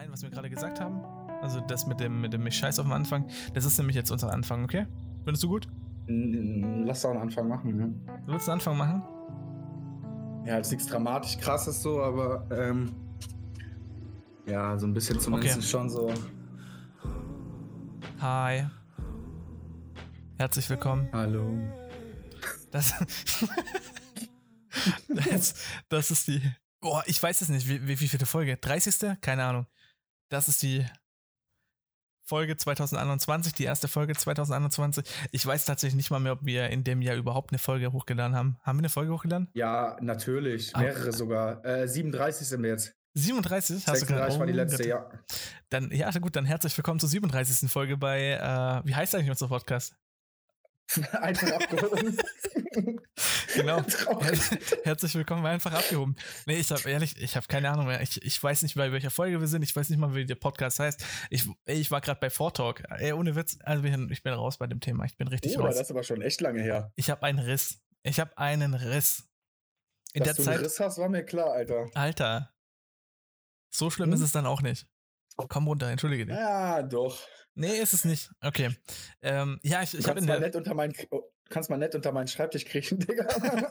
ein, was wir gerade gesagt haben? Also das mit dem Ich scheiß auf den Anfang. Das ist nämlich jetzt unser Anfang, okay? Findest du gut? Lass doch einen Anfang machen, ne? Du willst einen Anfang machen? Ja, jetzt nichts dramatisch krasses so, aber ja, so ein bisschen zumindest Okay. schon so. Hi. Herzlich willkommen. Hallo. Das ist die... Boah, ich weiß es nicht. Wie viele Folge? 30.? Keine Ahnung. Das ist die Folge 2021, die erste Folge 2021. Ich weiß tatsächlich nicht mal mehr, ob wir in dem Jahr überhaupt eine Folge hochgeladen haben. Haben wir eine Folge hochgeladen? Ja, natürlich. Mehrere sogar. 37 sind wir jetzt. 37? Hast 36 war die letzte, ja. Dann, ja, gut, dann herzlich willkommen zur 37. Folge bei, wie heißt eigentlich unser Podcast? Einfach abgehoben. Genau. Herzlich willkommen bei Einfach abgehoben. Nee, ich habe keine Ahnung mehr. Ich weiß nicht, bei welcher Folge wir sind. Ich weiß nicht mal, wie der Podcast heißt. Ich war gerade bei Vortalk. Ey, ohne Witz. Also ich bin raus bei dem Thema. Ich bin richtig raus. Das ist aber schon echt lange her. Ich habe einen Riss. In Dass der du Zeit. einen Riss hast, war mir klar, Alter. Alter. So schlimm ist es dann auch nicht. Komm runter, entschuldige dich. Ja, doch. Nee, ist es nicht. Okay. Ja, ich habe kannst mal nett unter meinen Schreibtisch kriechen, Digga.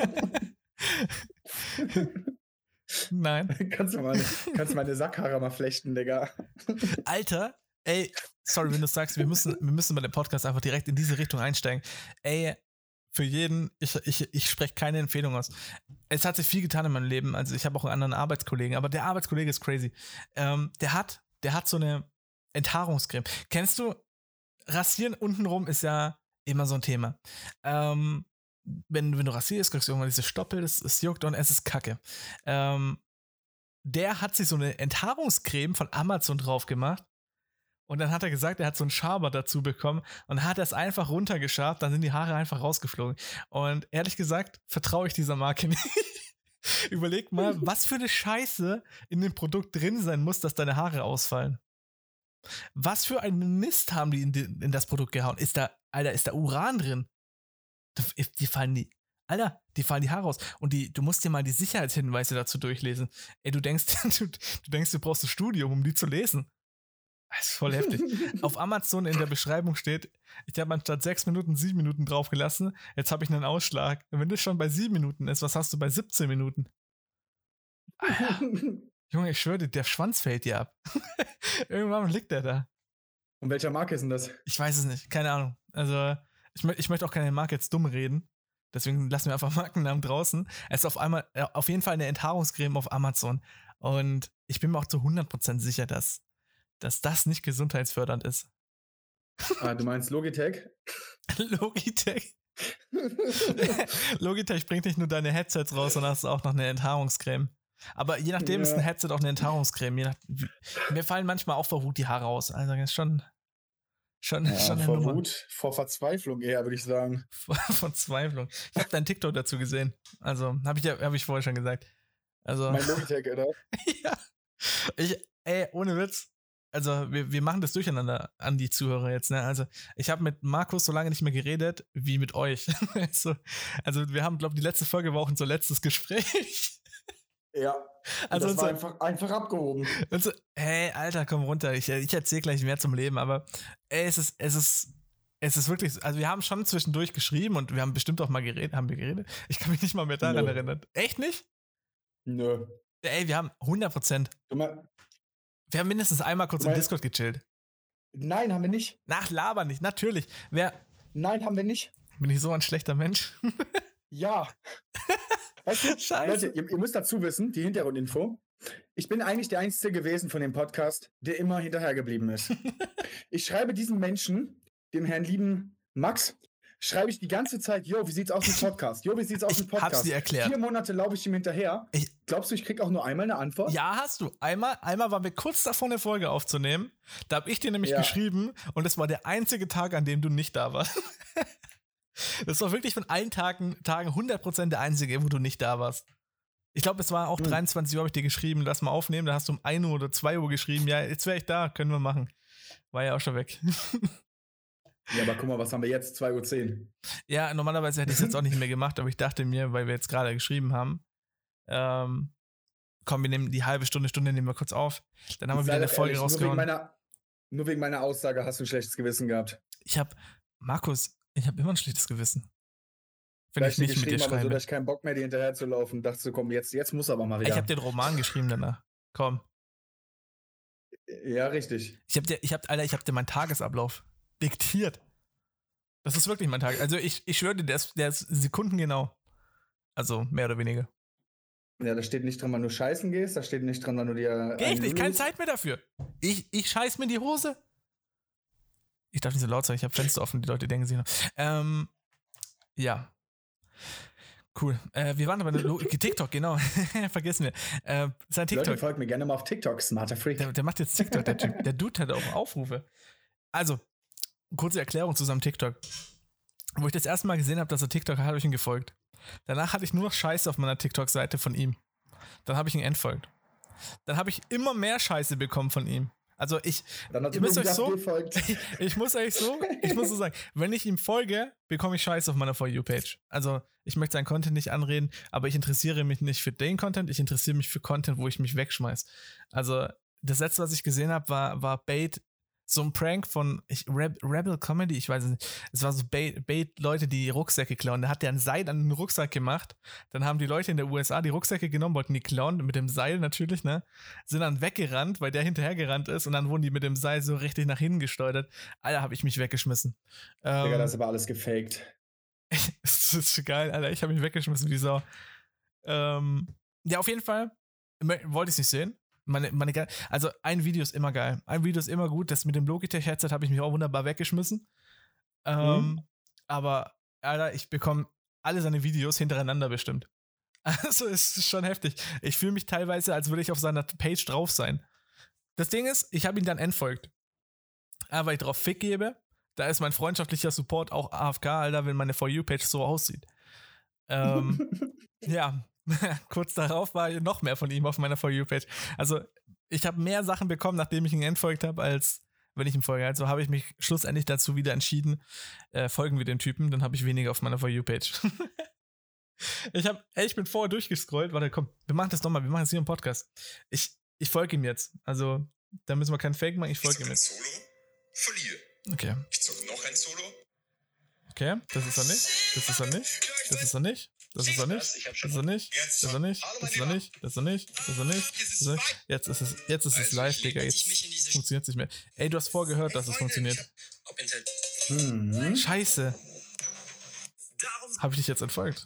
Nein. kannst meine Sackhaare mal flechten, Digga. Alter, ey, sorry, wenn du sagst, wir müssen bei dem Podcast einfach direkt in diese Richtung einsteigen. Ey, für jeden, ich spreche keine Empfehlung aus. Es hat sich viel getan in meinem Leben. Also ich habe auch einen anderen Arbeitskollegen, aber der Arbeitskollege ist crazy. Der hat so eine Enthaarungscreme. Kennst du, Rasieren untenrum ist ja immer so ein Thema. Wenn du rasierst, kriegst du irgendwann diese Stoppel, es juckt und es ist kacke. Der hat sich so eine Enthaarungscreme von Amazon drauf gemacht und dann hat er gesagt, er hat so einen Schaber dazu bekommen und hat es einfach runtergeschabt, dann sind die Haare einfach rausgeflogen. Und ehrlich gesagt, vertraue ich dieser Marke nicht. Überleg mal, was für eine Scheiße in dem Produkt drin sein muss, dass deine Haare ausfallen. Was für einen Mist haben die in das Produkt gehauen? Ist da Uran drin? Die fallen die Haare aus. Und du musst dir mal die Sicherheitshinweise dazu durchlesen. Ey, du denkst, du brauchst ein Studium, um die zu lesen. Das ist voll heftig. Auf Amazon in der Beschreibung steht, ich habe anstatt 6 Minuten 7 Minuten draufgelassen. Jetzt habe ich einen Ausschlag. Und wenn das schon bei 7 Minuten ist, was hast du bei 17 Minuten? Alter. Junge, ich schwöre dir, der Schwanz fällt dir ab. Irgendwann liegt der da. Und welcher Marke ist denn das? Ich weiß es nicht, keine Ahnung. Also, ich möchte auch keine Marke jetzt dumm reden. Deswegen lassen wir einfach Markennamen draußen. Es ist auf jeden Fall eine Enthaarungscreme auf Amazon. Und ich bin mir auch zu 100% sicher, dass das nicht gesundheitsfördernd ist. Du meinst Logitech? Logitech? Logitech bringt nicht nur deine Headsets raus, sondern hast auch noch eine Enthaarungscreme. Aber je nachdem ist ein Headset auch eine Enthaarungscreme. Mir fallen manchmal auch vor Wut die Haare aus. Also das ist schon vor Wut, vor Verzweiflung eher, würde ich sagen. Vor Verzweiflung. Ich habe deinen TikTok dazu gesehen. Also, habe ich vorher schon gesagt. Also, mein Logitech, oder? Ja. Ohne Witz. Also, wir machen das durcheinander an die Zuhörer jetzt, ne? Also, ich habe mit Markus so lange nicht mehr geredet, wie mit euch. Also, wir haben, glaube ich, die letzte Folge war auch unser letztes Gespräch. Ja, also das war einfach abgehoben. Und so, hey, Alter, komm runter. Ich erzähle gleich mehr zum Leben, aber es ist wirklich, also wir haben schon zwischendurch geschrieben und wir haben bestimmt auch mal geredet. Haben wir geredet? Ich kann mich nicht mal mehr daran erinnern. Echt nicht? Nö. Ey, wir haben 100%. Wir haben mindestens einmal kurz im Discord gechillt. Nein, haben wir nicht. Nach Laber nicht, natürlich. Nein, haben wir nicht. Bin ich so ein schlechter Mensch? Ja. Weißt du, Scheiße. Leute, ihr müsst dazu wissen, die Hintergrundinfo. Ich bin eigentlich der Einzige gewesen von dem Podcast, der immer hinterher geblieben ist. Ich schreibe diesem Menschen, dem Herrn lieben Max, schreibe ich die ganze Zeit, wie sieht's aus mit Podcast? Wie sieht's aus mit Podcast? Hab's dir erklärt. 4 Monate laufe ich ihm hinterher. Glaubst du, ich krieg auch nur einmal eine Antwort? Ja, hast du. Einmal waren wir kurz davor, eine Folge aufzunehmen. Da habe ich dir nämlich geschrieben und es war der einzige Tag, an dem du nicht da warst. Das war wirklich von allen Tagen 100% der einzige, wo du nicht da warst. Ich glaube, es war auch 23 Uhr, habe ich dir geschrieben, lass mal aufnehmen. Da hast du um 1 Uhr oder 2 Uhr geschrieben, ja, jetzt wäre ich da, können wir machen. War ja auch schon weg. Ja, aber guck mal, was haben wir jetzt? 2:10 Uhr. Ja, normalerweise hätte ich es jetzt auch nicht mehr gemacht, aber ich dachte mir, weil wir jetzt gerade geschrieben haben, komm, wir nehmen die halbe Stunde nehmen wir kurz auf. Dann haben wir wieder eine Folge rausgehauen. Nur wegen meiner Aussage hast du ein schlechtes Gewissen gehabt. Markus, ich habe immer ein schlechtes Gewissen. Wenn Weil ich nicht mit dir schreibe. So, dass ich keinen Bock mehr, dir hinterher zu laufen. Dachte so, komm, jetzt muss aber mal wieder. Ich habe den Roman geschrieben danach. Komm. Ja, richtig. Ich hab dir meinen Tagesablauf diktiert. Das ist wirklich mein Tag. Also ich schwöre dir, der ist sekundengenau. Also mehr oder weniger. Ja, da steht nicht dran, wann du scheißen gehst. Da steht nicht dran, wann du dir... Geh ich nicht, keine Zeit mehr dafür. Ich scheiß mir in die Hose. Ich darf nicht so laut sein, ich habe Fenster offen, die Leute denken sich noch. Ja. Cool. Wir waren aber TikTok, genau. Vergessen wir. Sein TikTok. Leute, folgt mir gerne mal auf TikTok, smarter Freak. Der macht jetzt TikTok, der Typ. Der Dude hat auch Aufrufe. Also, kurze Erklärung zu seinem TikTok. Wo ich das erste Mal gesehen habe, dass er TikTok hat, habe ich ihn gefolgt. Danach hatte ich nur noch Scheiße auf meiner TikTok-Seite von ihm. Dann habe ich ihn entfolgt. Dann habe ich immer mehr Scheiße bekommen von ihm. Also ich muss so sagen, wenn ich ihm folge, bekomme ich Scheiße auf meiner For You-Page. Also ich möchte seinen Content nicht anreden, aber ich interessiere mich nicht für den Content, ich interessiere mich für Content, wo ich mich wegschmeiß. Also das letzte, was ich gesehen habe, war Bait, so ein Prank von Rebel Comedy, ich weiß es nicht. Es war so Bait-Leute, die Rucksäcke klauen. Da hat der ein Seil an den Rucksack gemacht. Dann haben die Leute in der USA die Rucksäcke genommen, wollten die klauen, mit dem Seil natürlich, ne? Sind dann weggerannt, weil der hinterhergerannt ist und dann wurden die mit dem Seil so richtig nach hinten gesteuert. Alter, habe ich mich weggeschmissen. Digga, das ist aber alles gefaked. Das ist geil, Alter. Ich habe mich weggeschmissen wie Sau. Ja, auf jeden Fall wollte ich es nicht sehen. Also ein Video ist immer geil. Ein Video ist immer gut. Das mit dem Logitech-Headset habe ich mich auch wunderbar weggeschmissen. Aber, Alter, ich bekomme alle seine Videos hintereinander bestimmt. Also es ist schon heftig. Ich fühle mich teilweise, als würde ich auf seiner Page drauf sein. Das Ding ist, ich habe ihn dann entfolgt. Aber weil ich drauf Fick gebe, da ist mein freundschaftlicher Support auch AFK, Alter, wenn meine For You-Page so aussieht. Ja. Kurz darauf war noch mehr von ihm auf meiner For You-Page. Also ich habe mehr Sachen bekommen, nachdem ich ihn entfolgt habe, als wenn ich ihm folge. Also habe ich mich schlussendlich dazu wieder entschieden, folgen wir dem Typen, dann habe ich weniger auf meiner For You-Page. Ich bin vorher durchgescrollt. Warte, komm, wir machen das nochmal, wir machen das hier im Podcast. Ich folge ihm jetzt. Also da müssen wir keinen Fake machen, ich folge ihm jetzt. Solo, verliere. Okay. Ich zocke noch ein Solo. Okay, das ist er nicht. Das ist er nicht. Das ist er nicht. Das ist er nicht. Das ist er nicht. Das ist er nicht. Das ist er nicht. Das ist er nicht. Das ist er nicht. Jetzt ist es live, Digga. Jetzt funktioniert es nicht mehr. Ey, du hast vorgehört, dass es funktioniert. Scheiße. Habe ich dich jetzt entfolgt?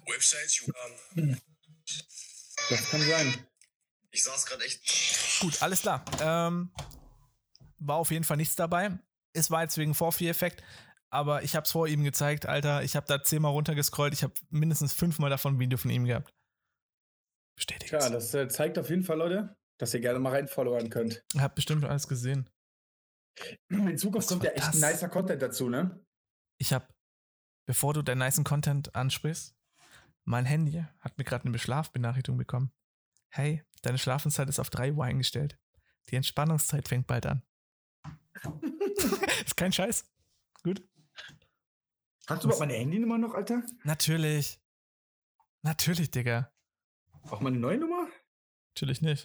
Das kann sein. Ich saß gerade echt. Gut, alles klar. War auf jeden Fall nichts dabei. Es war jetzt wegen Vorführeffekt. Aber ich habe es vor ihm gezeigt, Alter. Ich habe da 10-mal runtergescrollt. Ich habe mindestens 5-mal davon ein Video von ihm gehabt. Bestätigt. Tja, das zeigt auf jeden Fall, Leute, dass ihr gerne mal reinfollowern könnt. Ich habe bestimmt alles gesehen. In Zukunft kommt ja echt nicer Content dazu, ne? Bevor du deinen nicen Content ansprichst, mein Handy hat mir gerade eine Schlafbenachrichtigung bekommen. Hey, deine Schlafenszeit ist auf 3 Uhr eingestellt. Die Entspannungszeit fängt bald an. Ist kein Scheiß. Gut. Hast du überhaupt meine Handynummer noch, Alter? Natürlich. Natürlich, Digga. Auch meine neue Nummer? Natürlich nicht.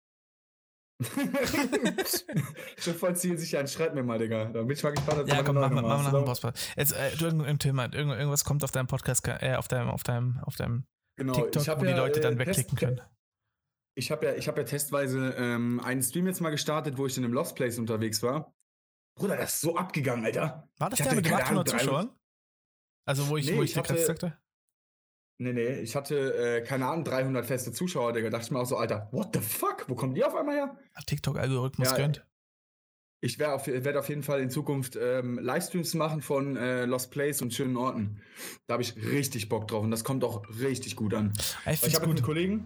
Schon voll zielsicher an, schreib mir mal, Digga. Da bin ich mal gespannt. Ja, komm, mach mal nach dem Postpart. Jetzt, du irgendein Thema, irgendwas kommt auf deinem Podcast, auf deinem genau, TikTok, wo die Leute dann wegklicken können. Ich hab ja testweise einen Stream jetzt mal gestartet, wo ich in einem Lost Place unterwegs war. Bruder, das ist so abgegangen, Alter. War das der mit 800 Zuschauern? Also wo ich dir gerade sagte? Nee, ich hatte, keine Ahnung, 300 feste Zuschauer, Digga. Dachte ich mir auch so, Alter, what the fuck? Wo kommen die auf einmal her? TikTok-Algorithmus gönnt. Ich werde auf jeden Fall in Zukunft Livestreams machen von Lost Place und schönen Orten. Da habe ich richtig Bock drauf und das kommt auch richtig gut an. Ich habe einen Kollegen,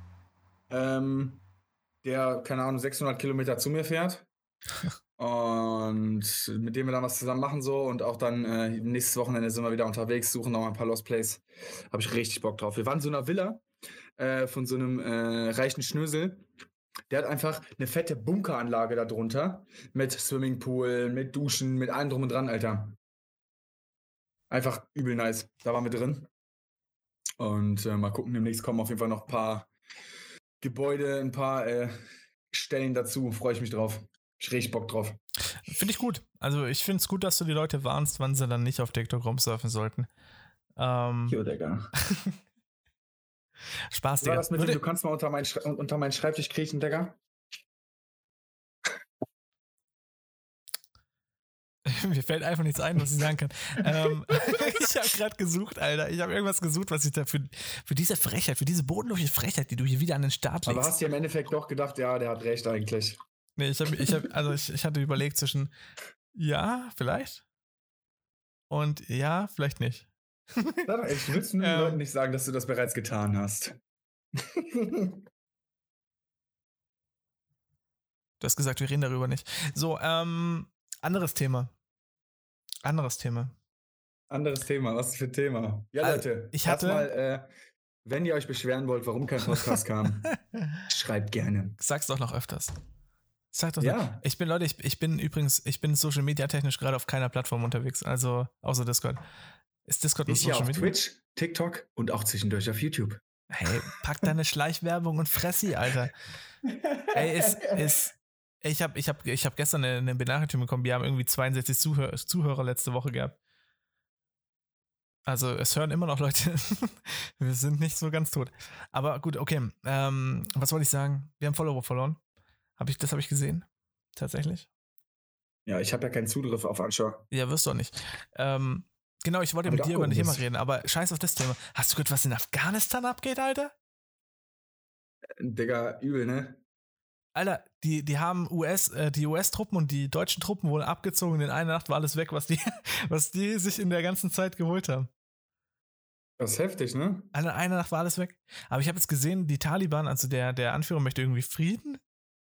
der, keine Ahnung, 600 Kilometer zu mir fährt. Und mit dem wir dann was zusammen machen so und auch dann nächstes Wochenende sind wir wieder unterwegs, suchen noch mal ein paar Lost Place. Habe ich richtig Bock drauf. Wir waren in so einer Villa von so einem reichen Schnösel. Der hat einfach eine fette Bunkeranlage da drunter mit Swimmingpool, mit Duschen, mit allem drum und dran, Alter. Einfach übel nice. Da waren wir drin. Und mal gucken, demnächst kommen auf jeden Fall noch ein paar Gebäude, ein paar Stellen dazu. Freue ich mich drauf. Ich richtig Bock drauf. Finde ich gut. Also ich finde es gut, dass du die Leute warnst, wann sie dann nicht auf TikTok rumsurfen sollten. Jo, Digga. Spaß, Wie war Digga. das mit dem, du kannst mal unter meinen Schreibtisch kriechen, Digga? Mir fällt einfach nichts ein, was ich sagen kann. Ich habe gerade gesucht, Alter. Ich habe irgendwas gesucht, was ich da für diese Frechheit, für diese bodenlose Frechheit, die du hier wieder an den Start legst. Aber hast du im Endeffekt doch gedacht, ja, der hat recht eigentlich. Nee, ich hatte überlegt zwischen ja, vielleicht und ja, vielleicht nicht. Ich willst du den Leuten nicht sagen, dass du das bereits getan hast. Du hast gesagt, wir reden darüber nicht. So, anderes Thema. Was ist für ein Thema? Ja, Leute, ich hatte erstmal, wenn ihr euch beschweren wollt, warum kein Podcast kam, schreibt gerne. Sag's doch noch öfters. Sag doch Ja. noch. Ich bin Social Media technisch gerade auf keiner Plattform unterwegs, also außer Discord. Ist Discord ein Ist ja Social auf Media? Twitch, TikTok und auch zwischendurch auf YouTube. Hey, pack deine Schleichwerbung und fress sie, Alter. Ey, ich hab gestern eine Benachrichtigung bekommen, wir haben irgendwie 62 Zuhörer letzte Woche gehabt. Also es hören immer noch Leute. Wir sind nicht so ganz tot. Aber gut, okay. Was wollte ich sagen? Wir haben Follower verloren. Das habe ich gesehen. Tatsächlich. Ja, ich habe ja keinen Zugriff auf Anschau. Ja, wirst du auch nicht. Genau, ich wollte mit dir über ein Thema reden, aber scheiß auf das Thema. Hast du gehört, was in Afghanistan abgeht, Alter? Digga, übel, ne? Alter, die haben die US-Truppen und die deutschen Truppen wurden abgezogen. In einer Nacht war alles weg, was die sich in der ganzen Zeit geholt haben. Das ist heftig, ne? Alter, in einer Nacht war alles weg. Aber ich habe jetzt gesehen, die Taliban, also der Anführer möchte irgendwie Frieden.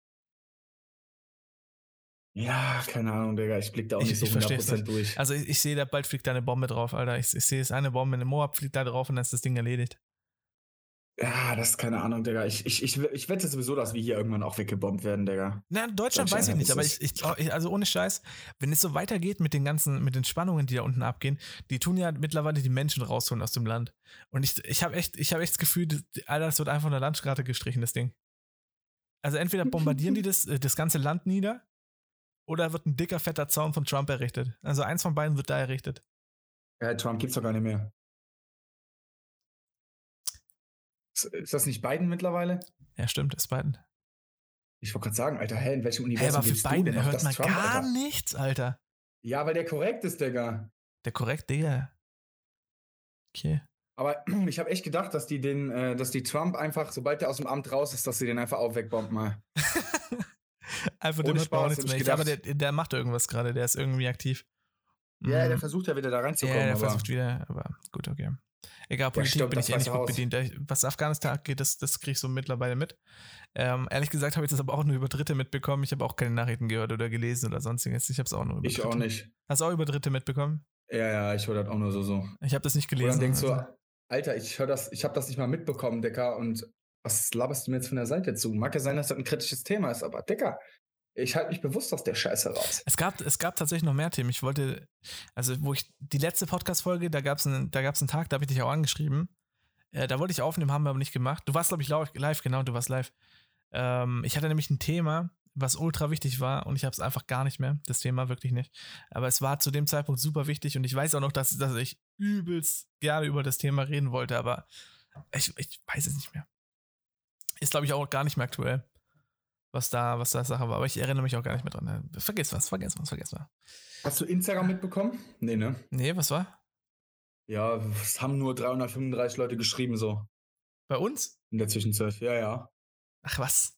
Ja, keine Ahnung, Digga. Ich blick da auch nicht so 100% durch. Also ich sehe, da bald fliegt da eine Bombe drauf, Alter. Ich sehe, es eine Bombe in dem Moab, fliegt da drauf und dann ist das Ding erledigt. Ja, das ist keine Ahnung, Digga. Ich wette sowieso, dass wir hier irgendwann auch weggebombt werden, Digga. Na, Deutschland weiß ich nicht, aber also ohne Scheiß, wenn es so weitergeht mit den Spannungen, die da unten abgehen, die tun ja mittlerweile die Menschen rausholen aus dem Land. Und ich habe echt das Gefühl, Alter, das wird einfach von der Landkarte gestrichen, das Ding. Also entweder bombardieren die das ganze Land nieder, oder wird ein dicker, fetter Zaun von Trump errichtet. Also eins von beiden wird da errichtet. Ja, Trump gibt's doch gar nicht mehr. Ist das nicht Biden mittlerweile? Ja, stimmt, ist Biden. Ich wollte gerade sagen, Alter, in welchem Universum aber für Biden du denn hört man Trump, gar Alter? nichts, Alter. Ja, weil der korrekt ist, Digga. Der korrekt, Digga. Okay. Aber ich habe echt gedacht, dass die Trump einfach, sobald der aus dem Amt raus ist, dass sie den einfach auch wegbomben mal. Einfach dem hört man auch nichts mehr. Aber der macht irgendwas gerade, der ist irgendwie aktiv. Ja, der versucht ja wieder da reinzukommen. Ja, der versucht wieder, aber gut, okay. Egal, Politik bin ich eh nicht gut bedient. Was Afghanistan angeht, das kriege ich so mittlerweile mit. Ehrlich gesagt habe ich das aber auch nur über Dritte mitbekommen. Ich habe auch keine Nachrichten gehört oder gelesen oder sonstiges. Ich habe es auch nur über Dritte. Ich auch nicht. Hast du auch über Dritte mitbekommen? Ja, ich höre das auch nur so. Ich habe das nicht gelesen. Und dann denkst du, Alter, ich habe das nicht mal mitbekommen, Dicker, und was laberst du mir jetzt von der Seite zu? Mag ja sein, dass das ein kritisches Thema ist, aber Dicker, ich halte mich bewusst aus der Scheiße raus. Es gab tatsächlich noch mehr Themen. Ich wollte, also die letzte Podcast-Folge, da gab's einen Tag, da habe ich dich auch angeschrieben. Da wollte ich aufnehmen, haben wir aber nicht gemacht. Du warst, glaube ich, live, genau, du warst live. Ich hatte nämlich ein Thema, was ultra wichtig war und ich habe es einfach gar nicht mehr, das Thema wirklich nicht. Aber es war zu dem Zeitpunkt super wichtig und ich weiß auch noch, dass ich übelst gerne über das Thema reden wollte, aber ich weiß es nicht mehr. Ist, glaube ich, auch gar nicht mehr aktuell, was da Sache war. Aber ich erinnere mich auch gar nicht mehr dran. Vergiss was. Hast du Instagram mitbekommen? Nee, ne? Nee, was war? Ja, es haben nur 335 Leute geschrieben, so. Bei uns? In der Zwischenzeit, ja. Ach, was?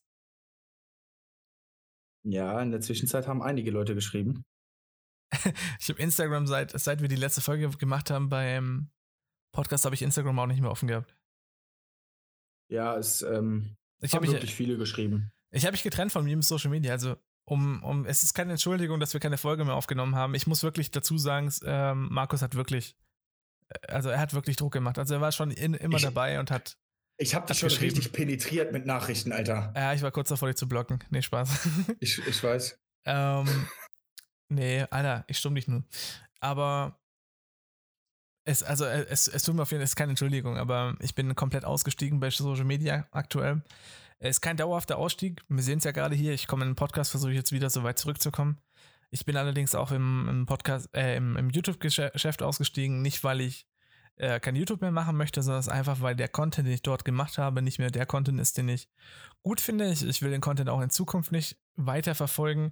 Ja, in der Zwischenzeit haben einige Leute geschrieben. Ich habe Instagram, seit wir die letzte Folge gemacht haben beim Podcast, habe ich Instagram auch nicht mehr offen gehabt. Ja, es haben wirklich viele geschrieben. Ich habe mich getrennt von jedem Social Media, also es ist keine Entschuldigung, dass wir keine Folge mehr aufgenommen haben. Ich muss wirklich dazu sagen, Markus hat wirklich Druck gemacht. Also er war schon immer dabei und hat Ich habe dich schon richtig penetriert mit Nachrichten, Alter. Ja, ich war kurz davor, dich zu blocken. Nee, Spaß. Ich weiß. Nee, Alter, ich stumm dich nur. Aber es tut mir auf jeden Fall, es ist keine Entschuldigung, aber ich bin komplett ausgestiegen bei Social Media aktuell. Es ist kein dauerhafter Ausstieg. Wir sehen es ja gerade hier. Ich komme in den Podcast, versuche jetzt wieder so weit zurückzukommen. Ich bin allerdings auch im Podcast, im YouTube-Geschäft ausgestiegen. Nicht, weil ich kein YouTube mehr machen möchte, sondern es ist einfach, weil der Content, den ich dort gemacht habe, nicht mehr der Content ist, den ich gut finde. Ich will den Content auch in Zukunft nicht weiter verfolgen.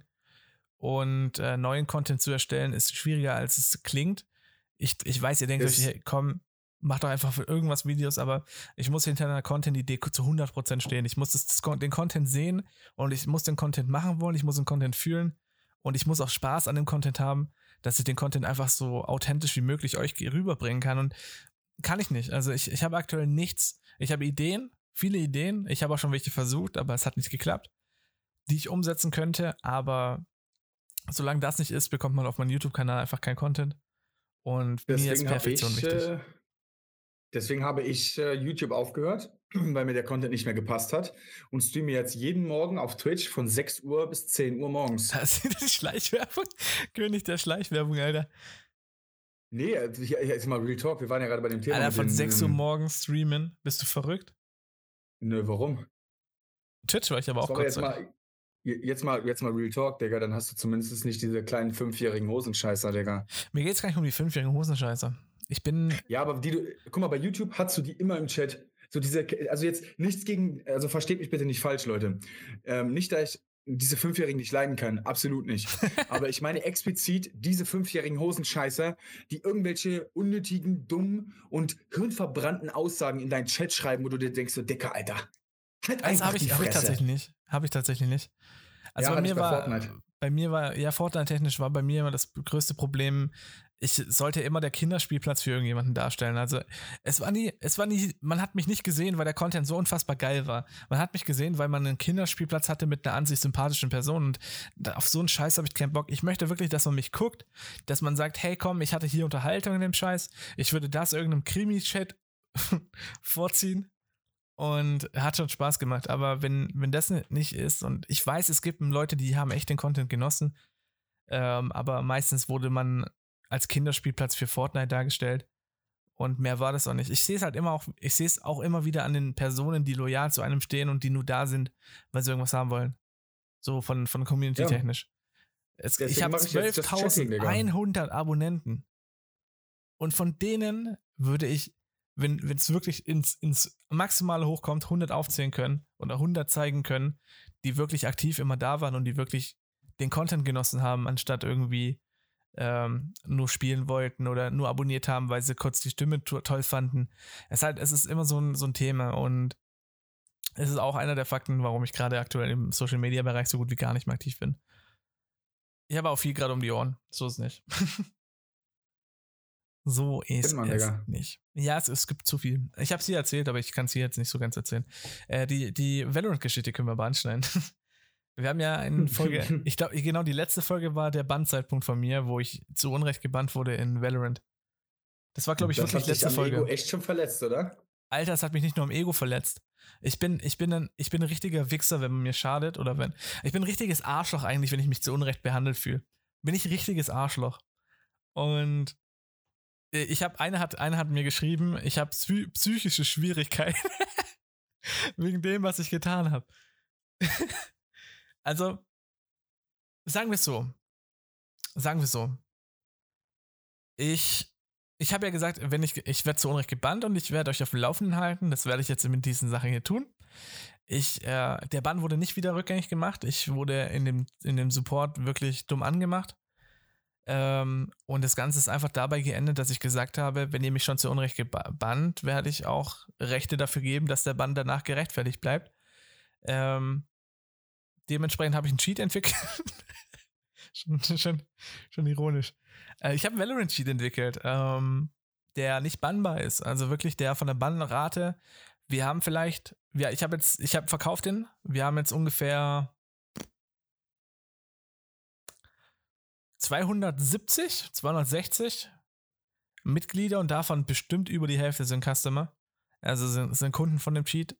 Und neuen Content zu erstellen, ist schwieriger, als es klingt. Ich weiß, ihr denkt euch, hey, komm, mach doch einfach für irgendwas Videos, aber ich muss hinter einer Content-Idee zu 100% stehen. Ich muss den Content sehen und ich muss den Content machen wollen, ich muss den Content fühlen und ich muss auch Spaß an dem Content haben, dass ich den Content einfach so authentisch wie möglich euch rüberbringen kann. Und kann ich nicht. Also ich habe aktuell nichts. Ich habe Ideen, viele Ideen. Ich habe auch schon welche versucht, aber es hat nicht geklappt, die ich umsetzen könnte. Aber solange das nicht ist, bekommt man auf meinem YouTube-Kanal einfach keinen Content. Und mir ist Perfektion wichtig. Deswegen habe ich YouTube aufgehört, weil mir der Content nicht mehr gepasst hat und streame jetzt jeden Morgen auf Twitch von 6 Uhr bis 10 Uhr morgens. Das ist die Schleichwerbung. König der Schleichwerbung, Alter. Nee, hier ist mal Real Talk. Wir waren ja gerade bei dem Thema. Alter, von 6 Uhr morgens streamen. Bist du verrückt? Nö, warum? Twitch war ich aber auch kurz. Jetzt mal Real Talk, Digga. Dann hast du zumindest nicht diese kleinen 5-jährigen Hosenscheißer, Digga. Mir geht's gar nicht um die 5-jährigen Hosenscheißer. Ja, aber guck mal, bei YouTube hast du die immer im Chat. So also jetzt nichts gegen, also versteht mich bitte nicht falsch, Leute. Nicht, da ich diese 5-Jährigen nicht leiden kann, absolut nicht. Aber ich meine explizit diese 5-jährigen Hosenscheißer, die irgendwelche unnötigen, dummen und hirnverbrannten Aussagen in deinen Chat schreiben, wo du dir denkst, so, Dicker, Alter. Halt einfach die Fresse. Habe ich tatsächlich nicht. Also ja, bei mir war Fortnite-technisch war bei mir immer das größte Problem, ich sollte immer der Kinderspielplatz für irgendjemanden darstellen. Also es war nie, man hat mich nicht gesehen, weil der Content so unfassbar geil war. Man hat mich gesehen, weil man einen Kinderspielplatz hatte mit einer an sich sympathischen Person und auf so einen Scheiß habe ich keinen Bock. Ich möchte wirklich, dass man mich guckt, dass man sagt, hey komm, ich hatte hier Unterhaltung in dem Scheiß, ich würde das irgendeinem Krimi-Chat vorziehen. Und hat schon Spaß gemacht, aber wenn das nicht ist, und ich weiß, es gibt Leute, die haben echt den Content genossen, aber meistens wurde man als Kinderspielplatz für Fortnite dargestellt und mehr war das auch nicht. Ich sehe es auch immer wieder an den Personen, die loyal zu einem stehen und die nur da sind, weil sie irgendwas haben wollen. So von Community technisch. Ich habe 12.100 Abonnenten und von denen würde ich, wenn es wirklich ins Maximale hochkommt, 100 aufzählen können oder 100 zeigen können, die wirklich aktiv immer da waren und die wirklich den Content genossen haben, anstatt irgendwie nur spielen wollten oder nur abonniert haben, weil sie kurz die Stimme toll fanden. Es ist immer so ein Thema und es ist auch einer der Fakten, warum ich gerade aktuell im Social-Media-Bereich so gut wie gar nicht mehr aktiv bin. Ich habe auch viel gerade um die Ohren. So ist es nicht. So ist es nicht. Ja, es gibt zu viel. Ich habe es hier erzählt, aber ich kann es hier jetzt nicht so ganz erzählen. Die Valorant-Geschichte können wir aber anschneiden. Wir haben ja eine Folge, ich glaube, genau die letzte Folge war der Bannzeitpunkt von mir, wo ich zu Unrecht gebannt wurde in Valorant. Das war, glaube ich, wirklich die letzte Folge. Das hat dich am Ego echt schon verletzt, oder? Alter, das hat mich nicht nur am Ego verletzt. Ich bin ein richtiger Wichser, wenn man mir schadet oder ich bin ein richtiges Arschloch eigentlich, wenn ich mich zu Unrecht behandelt fühle. Bin ich ein richtiges Arschloch. Und einer hat mir geschrieben, ich habe psychische Schwierigkeiten wegen dem, was ich getan habe. Also, sagen wir es so. Ich habe ja gesagt, ich werde zu Unrecht gebannt und ich werde euch auf dem Laufenden halten. Das werde ich jetzt mit diesen Sachen hier tun. Der Bann wurde nicht wieder rückgängig gemacht. Ich wurde in dem Support wirklich dumm angemacht. Und das Ganze ist einfach dabei geendet, dass ich gesagt habe, wenn ihr mich schon zu Unrecht gebannt, werde ich auch Rechte dafür geben, dass der Bann danach gerechtfertigt bleibt. Dementsprechend habe ich einen Cheat entwickelt. schon ironisch. Ich habe einen Valorant-Cheat entwickelt, der nicht bannbar ist. Also wirklich der von der Bannrate. Wir haben vielleicht, ich habe verkauft den. Wir haben jetzt ungefähr 260 Mitglieder und davon bestimmt über die Hälfte sind Customer. Also sind Kunden von dem Cheat.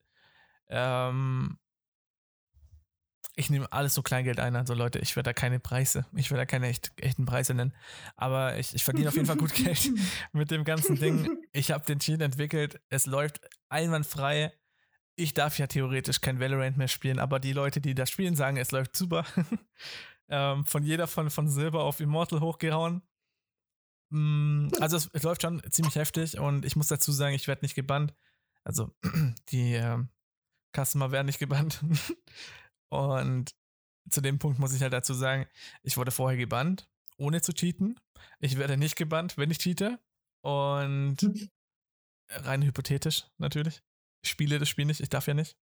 Ich nehme alles so Kleingeld ein, also Leute, ich werde da keine echten Preise nennen, aber ich verdiene auf jeden Fall gut Geld mit dem ganzen Ding. Ich habe den Cheat entwickelt, es läuft einwandfrei, Ich darf ja theoretisch kein Valorant mehr spielen, aber die Leute, die das spielen, sagen, es läuft super. Von jeder von Silber auf Immortal hochgehauen. Also es läuft schon ziemlich heftig und ich muss dazu sagen, ich werde nicht gebannt. Also die Customer werden nicht gebannt. Und zu dem Punkt muss ich halt dazu sagen, ich wurde vorher gebannt, ohne zu cheaten. Ich werde nicht gebannt, wenn ich cheate. Und rein hypothetisch natürlich. Ich spiele das Spiel nicht, ich darf ja nicht.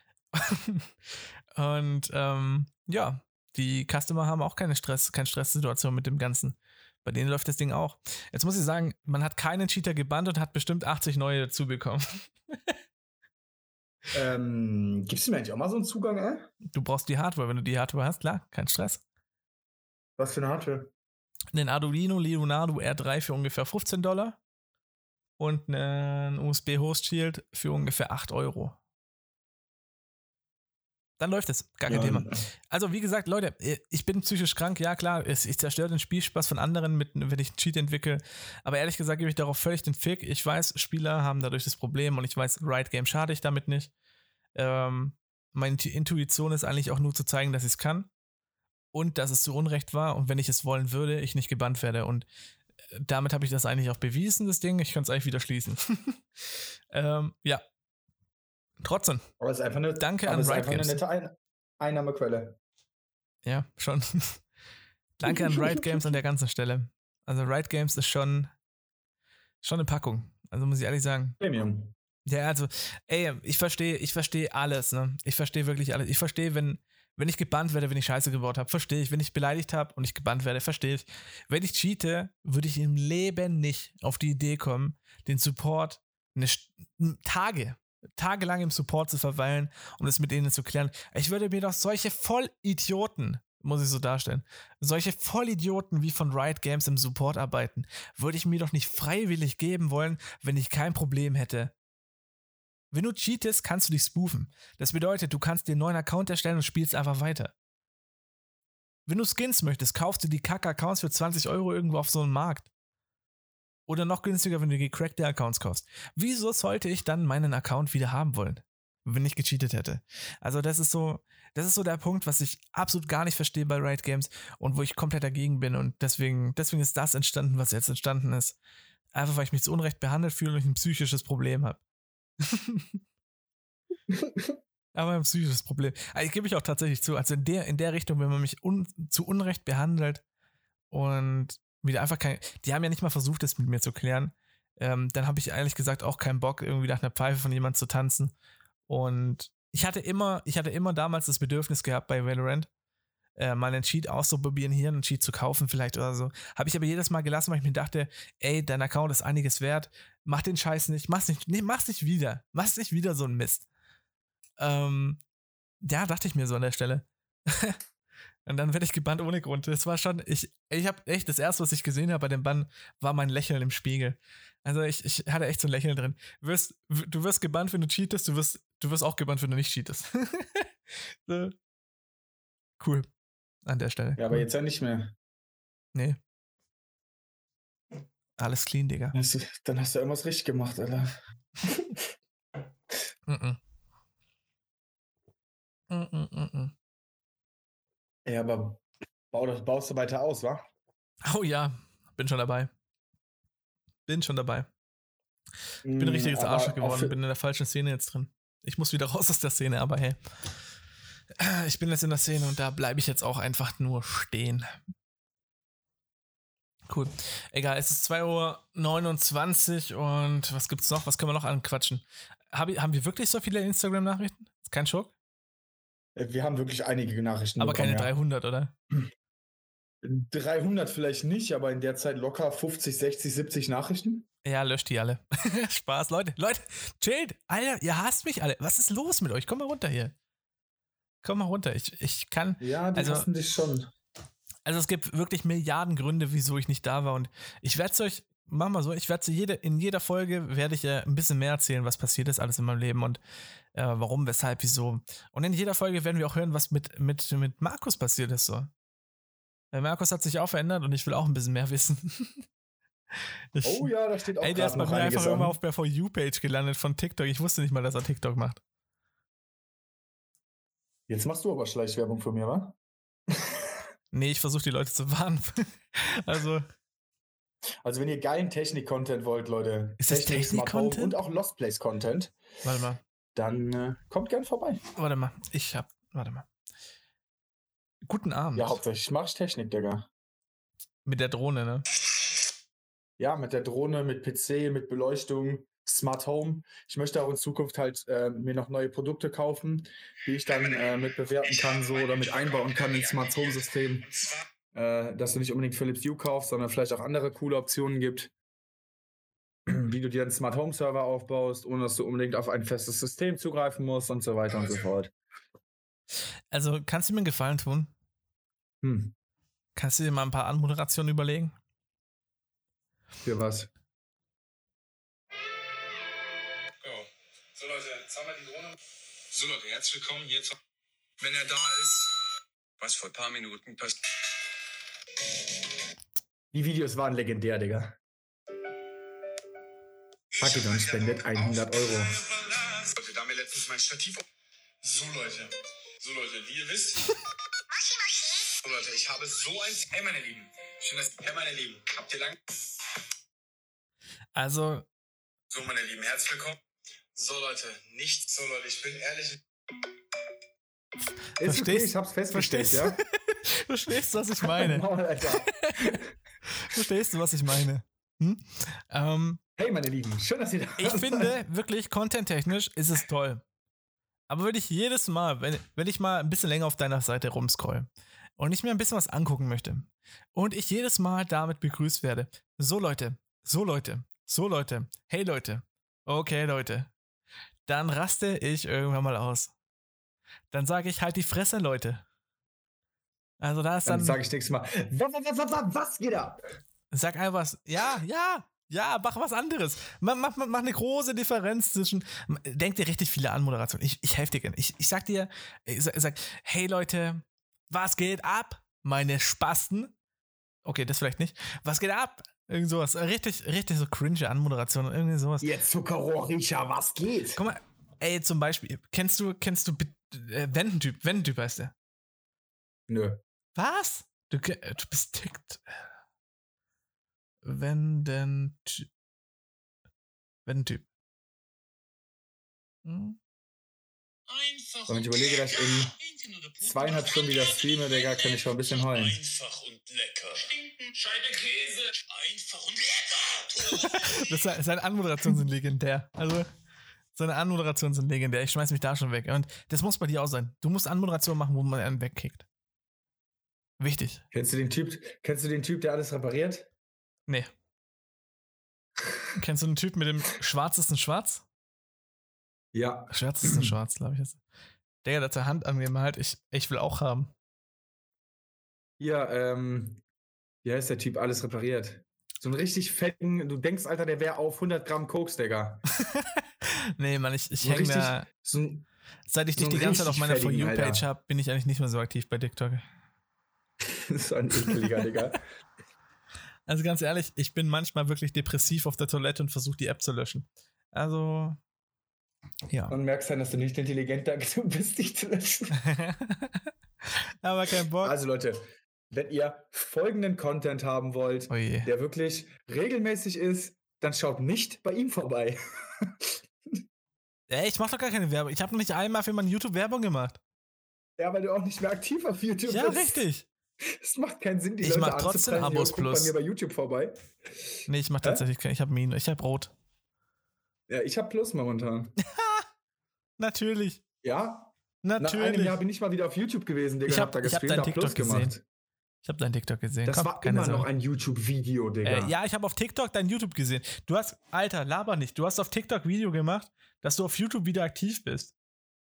Und ja, die Customer haben auch keine Stresssituation mit dem Ganzen. Bei denen läuft das Ding auch. Jetzt muss ich sagen, man hat keinen Cheater gebannt und hat bestimmt 80 neue dazu bekommen. Gibst du mir eigentlich auch mal so einen Zugang, Du brauchst die Hardware. Wenn du die Hardware hast, klar, kein Stress. Was für eine Hardware? Den Arduino Leonardo R3 für ungefähr $15 und einen USB Host Shield für ungefähr 8 Euro. Dann läuft es, gar kein Thema. Also wie gesagt, Leute, ich bin psychisch krank, ja klar, ich zerstöre den Spielspaß von anderen, wenn ich einen Cheat entwickle, aber ehrlich gesagt gebe ich darauf völlig den Fick. Ich weiß, Spieler haben dadurch das Problem und ich weiß, Riot Games schade ich damit nicht. Meine Intuition ist eigentlich auch nur zu zeigen, dass ich es kann und dass es zu Unrecht war und wenn ich es wollen würde, ich nicht gebannt werde und damit habe ich das eigentlich auch bewiesen, das Ding. Ich kann es eigentlich wieder schließen. Ja. Trotzdem. Aber es ist einfach eine, danke an Riot Games. Eine nette Einnahmequelle. Ja, schon. Danke an Riot Games an der ganzen Stelle. Also Riot Games ist schon eine Packung. Also muss ich ehrlich sagen. Premium. Ja, also, ey, ich verstehe alles, ne? Ich verstehe wirklich alles. Ich verstehe, wenn ich gebannt werde, wenn ich Scheiße gebaut habe, verstehe ich. Wenn ich beleidigt habe und ich gebannt werde, verstehe ich. Wenn ich cheate, würde ich im Leben nicht auf die Idee kommen, den Support tagelang im Support zu verweilen, um das mit ihnen zu klären. Ich würde mir doch solche Vollidioten, muss ich so darstellen, solche Vollidioten wie von Riot Games im Support arbeiten, würde ich mir doch nicht freiwillig geben wollen, wenn ich kein Problem hätte. Wenn du cheatest, kannst du dich spoofen. Das bedeutet, du kannst dir einen neuen Account erstellen und spielst einfach weiter. Wenn du Skins möchtest, kaufst du die Kack-Accounts für 20 Euro irgendwo auf so einem Markt. Oder noch günstiger, wenn du gecrackte Accounts kaufst. Wieso sollte ich dann meinen Account wieder haben wollen, wenn ich gecheatet hätte? Also das ist so der Punkt, was ich absolut gar nicht verstehe bei Riot Games und wo ich komplett dagegen bin und deswegen ist das entstanden, was jetzt entstanden ist. Einfach, weil ich mich zu Unrecht behandelt fühle und ich ein psychisches Problem habe. Aber ein psychisches Problem. Also ich gebe ich auch tatsächlich zu. Also in der Richtung, wenn man mich zu Unrecht behandelt und wieder einfach die haben ja nicht mal versucht, das mit mir zu klären. Dann habe ich ehrlich gesagt auch keinen Bock, irgendwie nach einer Pfeife von jemandem zu tanzen. Und ich hatte immer damals das Bedürfnis gehabt bei Valorant, mal einen Cheat auszuprobieren, hier einen Cheat zu kaufen vielleicht oder so. Habe ich aber jedes Mal gelassen, weil ich mir dachte, ey, dein Account ist einiges wert, mach den Scheiß nicht, mach's nicht wieder. Mach's nicht wieder so ein Mist. Ja, dachte ich mir so an der Stelle. Und dann werde ich gebannt ohne Grund. Das war schon, ich habe echt, das erste, was ich gesehen habe bei dem Bann, war mein Lächeln im Spiegel. Also ich hatte echt so ein Lächeln drin. Du wirst gebannt, wenn du cheatest, du wirst auch gebannt, wenn du nicht cheatest. So. Cool. An der Stelle. Ja, aber jetzt ja nicht mehr. Nee. Alles clean, Digga. Dann hast du irgendwas richtig gemacht, Alter. Ja, aber baust du weiter aus, wa? Oh ja, bin schon dabei. Bin ein richtiges Arschloch geworden, bin in der falschen Szene jetzt drin. Ich muss wieder raus aus der Szene, aber hey. Ich bin jetzt in der Szene und da bleibe ich jetzt auch einfach nur stehen. Cool. Egal, es ist 2:29 Uhr und was gibt's noch? Was können wir noch anquatschen? Haben wir wirklich so viele Instagram-Nachrichten? Ist kein Schock? Wir haben wirklich einige Nachrichten aber bekommen, keine 300, oder? 300 vielleicht nicht, aber in der Zeit locker 50, 60, 70 Nachrichten. Ja, löscht die alle. Spaß, Leute, chillt. Alter, ihr hasst mich alle. Was ist los mit euch? Komm mal runter hier. Komm mal runter. Ich kann. Ja, die hassen dich schon. Also es gibt wirklich Milliarden Gründe, wieso ich nicht da war und ich werde es euch, mach mal so, in jeder Folge werde ich ein bisschen mehr erzählen, was passiert ist alles in meinem Leben und warum, weshalb, wieso. Und in jeder Folge werden wir auch hören, was mit Markus passiert ist so. Weil Markus hat sich auch verändert und ich will auch ein bisschen mehr wissen. Oh ja, da steht auch der ist bei mir einfach immer auf der For You-Page gelandet von TikTok. Ich wusste nicht mal, dass er TikTok macht. Jetzt machst du aber Schleichwerbung für mir, wa? Nee, ich versuche die Leute zu warnen. Also, Also wenn ihr geilen Technik-Content wollt, Leute, Ist das Smart Home Technik-Content? und auch Lost Place-Content, warte mal. dann kommt gern vorbei. Warte mal. Guten Abend. Ja, hauptsächlich mache ich Technik, Digga. Mit der Drohne, ne? Ja, mit der Drohne, mit PC, mit Beleuchtung, Smart Home. Ich möchte auch in Zukunft halt mir noch neue Produkte kaufen, die ich dann mit bewerten kann so oder mit einbauen kann ins Smart Home System. Dass du nicht unbedingt Philips Hue kaufst, sondern vielleicht auch andere coole Optionen gibt, wie du dir einen Smart Home Server aufbaust, ohne dass du unbedingt auf ein festes System zugreifen musst und so weiter und so fort. Also, kannst du mir einen Gefallen tun? Kannst du dir mal ein paar Anmoderationen überlegen? Für was? So Leute, jetzt haben wir die Drohne. So Leute, herzlich willkommen hier. Wenn er da ist, was vor ein paar Minuten passiert. Die Videos waren legendär, Digga. Hackathon spendet 100 Euro. Leute, da haben wir letztens mein Stativ. So Leute, wie ihr wisst. So Leute, ich habe so ein... Hey meine Lieben, schön, dass... Hey meine Lieben, habt ihr lang... Also, So meine Lieben, herzlich willkommen. So Leute, nicht so Leute, ich bin ehrlich... Ist okay, ich hab's festgestellt, ja? Verstehst du, was ich meine? Maul, Alter. Verstehst du, was ich meine? Hey, meine Lieben, schön, dass ihr da Ich seid. finde, wirklich, content-technisch ist es toll. Aber würde ich jedes Mal, wenn ich mal ein bisschen länger auf deiner Seite rumscroll und ich mir ein bisschen was angucken möchte und ich jedes Mal damit begrüßt werde, so Leute, hey Leute, okay Leute, dann raste ich irgendwann mal aus. Dann sage ich halt die Fresse, Leute. Also da ist Dann dann, sage ich nächstes Mal, was geht ab? sag einfach, ja, mach was anderes. Mach eine große Differenz zwischen, denk dir richtig viele Anmoderationen. Ich helfe dir gerne. Ich sag dir, ich sag, hey Leute, was geht ab, meine Spasten? Okay, das vielleicht nicht. Was geht ab? Irgend sowas. Richtig so cringe Anmoderation. Irgendwie sowas. Ihr Zuckerrohrriecher, was geht? Guck mal, ey, zum Beispiel, kennst du Wendentyp? Wendentyp heißt der. Nö. Was? Du bist tickt. Wendentyp. Hm? Wenn ich überlege, dass ich in 2,5 Stunden wieder streame, Digga, kann ich schon ein bisschen heulen. Einfach und lecker. Stinken, Scheibe Käse. Einfach und lecker. Seine Anmoderationen sind legendär. Also, seine Anmoderationen sind legendär. Ich schmeiß mich da schon weg. Und das muss bei dir auch sein. Du musst Anmoderationen machen, wo man einen wegkickt. Wichtig. Kennst du den Typ, der alles repariert? Nee. Kennst du den Typ mit dem schwarzesten Schwarz? Ja. Schwärzesten Schwarz, glaube ich. Der hat seine Hand angemalt. Ich will auch haben. Hier, wie heißt der Typ, alles repariert? So einen richtig fetten, du denkst, Alter, der wäre auf 100 Gramm Koks, Digga. Nee, Mann, ich So hänge richtig, da. so ein, Seit ich dich so die einen ganze Zeit auf richtig meiner For fettigen, You-Page Alter. habe, bin ich eigentlich nicht mehr so aktiv bei TikTok. so ein ekeliger, Digga. Also ganz ehrlich, ich bin manchmal wirklich depressiv auf der Toilette und versuche die App zu löschen. Also, ja. Und merkst dann, dass du nicht intelligenter bist, dich zu löschen. Aber kein Bock. Also Leute, wenn ihr folgenden Content haben wollt, Oh je. der wirklich regelmäßig ist, dann schaut nicht bei ihm vorbei. Ey, ich mach doch gar keine Werbung. Ich habe noch nicht einmal für mein YouTube Werbung gemacht. Ja, weil du auch nicht mehr aktiv auf YouTube Ja, bist. richtig. Es macht keinen Sinn, die Ich Leute mach trotzdem anzupreisen, Abos guck bei plus. mir bei YouTube vorbei. Nee, ich mach tatsächlich kein. Ich habe Rot. Ja, ich habe Plus momentan. Natürlich. Ja? Nach einem Natürlich. Jahr bin ich mal wieder auf YouTube gewesen, Digga. Ich hab da dein gestreamt, hab TikTok Plus gesehen. gemacht. Ich habe dein TikTok gesehen. Das Komm, war keine immer noch Sorge. ein YouTube-Video, Digga. Ja, ich habe auf TikTok dein YouTube gesehen. Du hast, Alter, laber nicht. Du hast auf TikTok Video gemacht, dass du auf YouTube wieder aktiv bist.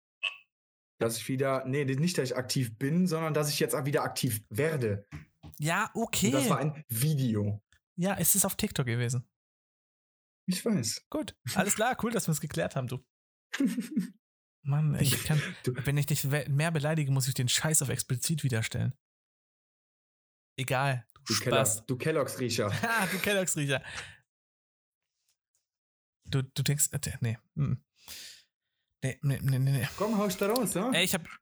Dass ich wieder, nee, nicht, dass ich aktiv bin, sondern dass ich jetzt wieder aktiv werde. Ja, okay. Und das war ein Video. Ja, es ist auf TikTok gewesen. Ich weiß. Gut, alles klar, cool, dass wir es geklärt haben, du. Mann, ich kann, wenn ich dich mehr beleidige, muss ich den Scheiß auf explizit wiederstellen. Egal, du Spaß. Du Kelloggs-Riecher. Ha, du Kelloggs-Riecher. Du denkst, nee. Nee. Komm, haust da raus, ja? Ey, ich hab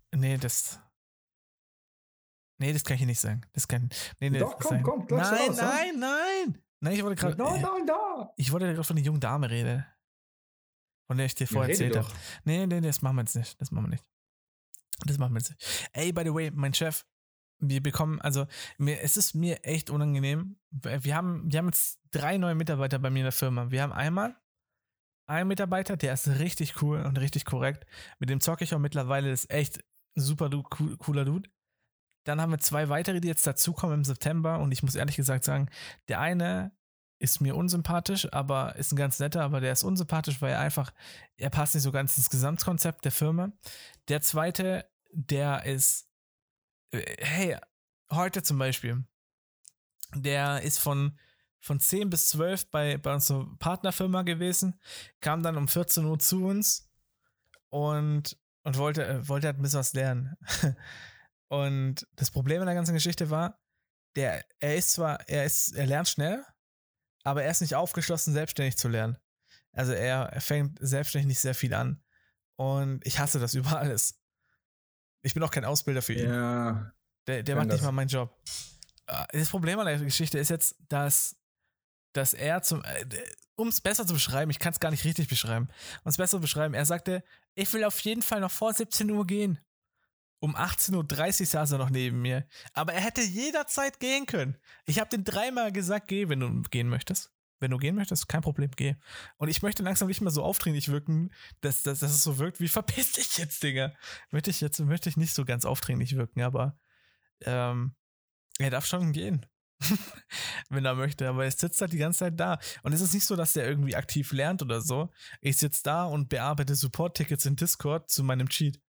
Nee, das kann ich hier nicht sagen. Doch, komm, gleich raus, Nein, ich wollte gerade. Da. Ich wollte gerade von der jungen Dame reden. Von der ich dir vorher erzählt habe. Nee, das machen wir jetzt nicht. Das machen wir jetzt nicht. Ey, by the way, mein Chef, wir bekommen, also es ist mir echt unangenehm. Wir haben jetzt 3 neue Mitarbeiter bei mir in der Firma. Wir haben einmal einen Mitarbeiter, der ist richtig cool und richtig korrekt. Mit dem zocke ich auch mittlerweile. Das ist echt ein super cooler Dude. Dann haben wir 2 weitere, die jetzt dazukommen im September. Und ich muss ehrlich gesagt sagen, der eine ist mir unsympathisch, aber ist ein ganz netter, aber der ist unsympathisch, weil er passt nicht so ganz ins Gesamtkonzept der Firma. Der zweite, der ist, hey, heute zum Beispiel, der ist von 10 bis 12 bei unserer Partnerfirma gewesen, kam dann um 14 Uhr zu uns und wollte halt ein bisschen was lernen. Und das Problem in der ganzen Geschichte war, er lernt schnell, aber er ist nicht aufgeschlossen, selbstständig zu lernen. Also er fängt selbstständig nicht sehr viel an. Und ich hasse das über alles. Ich bin auch kein Ausbilder für ihn. Ja. Der macht nicht mal meinen Job. Das Problem an der Geschichte ist jetzt, dass er um es besser zu beschreiben, ich kann es gar nicht richtig beschreiben, er sagte, ich will auf jeden Fall noch vor 17 Uhr gehen. Um 18.30 Uhr saß er noch neben mir. Aber er hätte jederzeit gehen können. Ich habe den 3-mal gesagt, geh, wenn du gehen möchtest. Wenn du gehen möchtest, kein Problem, geh. Und ich möchte langsam nicht mehr so aufdringlich wirken, dass es so wirkt wie, verpiss dich jetzt, Digga. Möchte ich nicht so ganz aufdringlich wirken, aber er darf schon gehen. Wenn er möchte, aber er sitzt halt die ganze Zeit da. Und es ist nicht so, dass der irgendwie aktiv lernt oder so. Ich sitze da und bearbeite Support-Tickets in Discord zu meinem Cheat.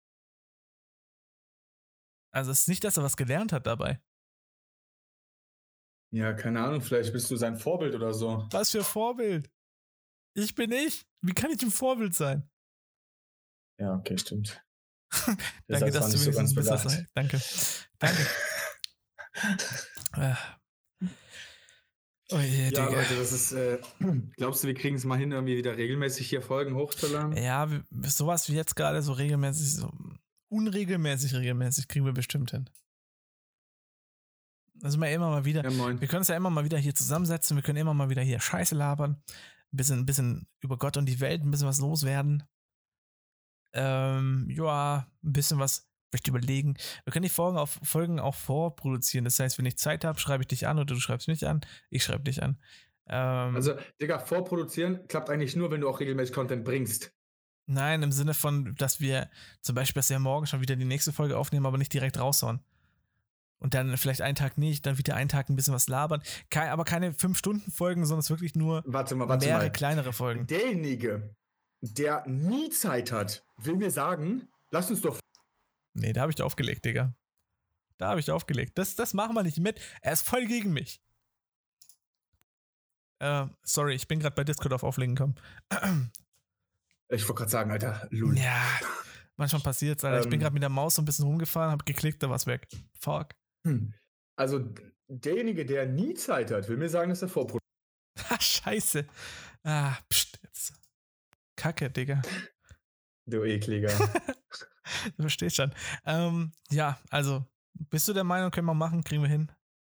Also es ist nicht, dass er was gelernt hat dabei. Ja, keine Ahnung, vielleicht bist du sein Vorbild oder so. Was für Vorbild? Ich bin ich. Wie kann ich ein Vorbild sein? Ja, okay, stimmt. Danke, dass du mir so ganz bedacht. Danke. Oh je, ja, Digga. Leute, das ist, glaubst du, wir kriegen es mal hin, irgendwie wieder regelmäßig hier Folgen hochzuladen? Ja, sowas wie jetzt gerade so regelmäßig, so regelmäßig kriegen wir bestimmt hin. Also immer mal wieder, wir können uns ja immer mal wieder hier zusammensetzen, wir können immer mal wieder hier Scheiße labern, ein bisschen über Gott und die Welt, ein bisschen was loswerden. Ja, ein bisschen was möchte überlegen. Wir können die Folgen auch vorproduzieren. Das heißt, wenn ich Zeit habe, schreibe ich dich an oder du schreibst mich an. Ich schreibe dich an. Also, Digga, vorproduzieren klappt eigentlich nur, wenn du auch regelmäßig Content bringst. Nein, im Sinne von, dass wir zum Beispiel, dass wir morgen schon wieder die nächste Folge aufnehmen, aber nicht direkt raushauen. Und dann vielleicht einen Tag nicht, dann wieder einen Tag ein bisschen was labern. Aber keine 5-Stunden-Folgen, sondern es wirklich nur mehrere kleinere Folgen. Derjenige, der nie Zeit hat, will mir sagen, lass uns doch... Nee, da habe ich aufgelegt, Digga. Das machen wir nicht mit. Er ist voll gegen mich. Sorry, ich bin gerade bei Discord auf Auflegen gekommen. Ich wollte gerade sagen, Alter, Lul. Ja, manchmal passiert's, Alter. Ich bin gerade mit der Maus so ein bisschen rumgefahren, hab geklickt, da war's weg. Fuck. Also, derjenige, der nie Zeit hat, will mir sagen, dass er vorproduziert. Scheiße. Pst, jetzt. Kacke, Digga. Du Ekliger. Du verstehst schon. Ja, also, bist du der Meinung, können wir machen, kriegen wir hin?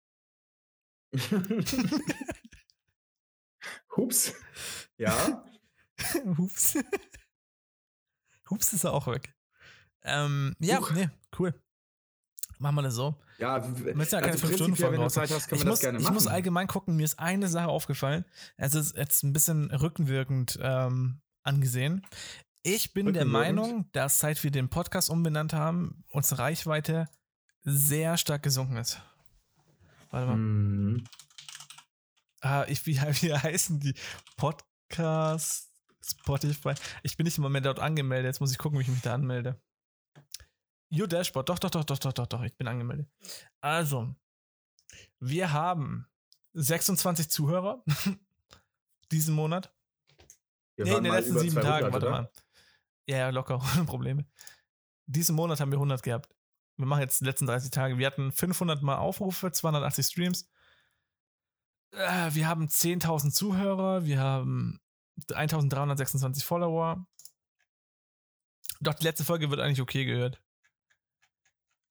Hups. Ja. Hups. Hups ist auch weg. Ja, nee, cool. Machen wir das so. Ja, wir müssen ja keine 5-Stunden-Folgen raus. Ich muss allgemein gucken, mir ist eine Sache aufgefallen. Es ist jetzt ein bisschen rückenwirkend angesehen. Ich bin der Meinung, dass seit wir den Podcast umbenannt haben, unsere Reichweite sehr stark gesunken ist. Warte mal. Wie heißen die? Podcast, Spotify. Ich bin nicht immer mehr dort angemeldet. Jetzt muss ich gucken, wie ich mich da anmelde. Your Dashboard. Doch. Ich bin angemeldet. Also, wir haben 26 Zuhörer diesen Monat. In den letzten 7 Tagen. Warte mal. Ja, locker. Ohne Probleme. Diesen Monat haben wir 100 gehabt. Wir machen jetzt die letzten 30 Tage. Wir hatten 500 Mal Aufrufe, 280 Streams. Wir haben 10.000 Zuhörer. Wir haben 1.326 Follower. Doch, die letzte Folge wird eigentlich okay gehört.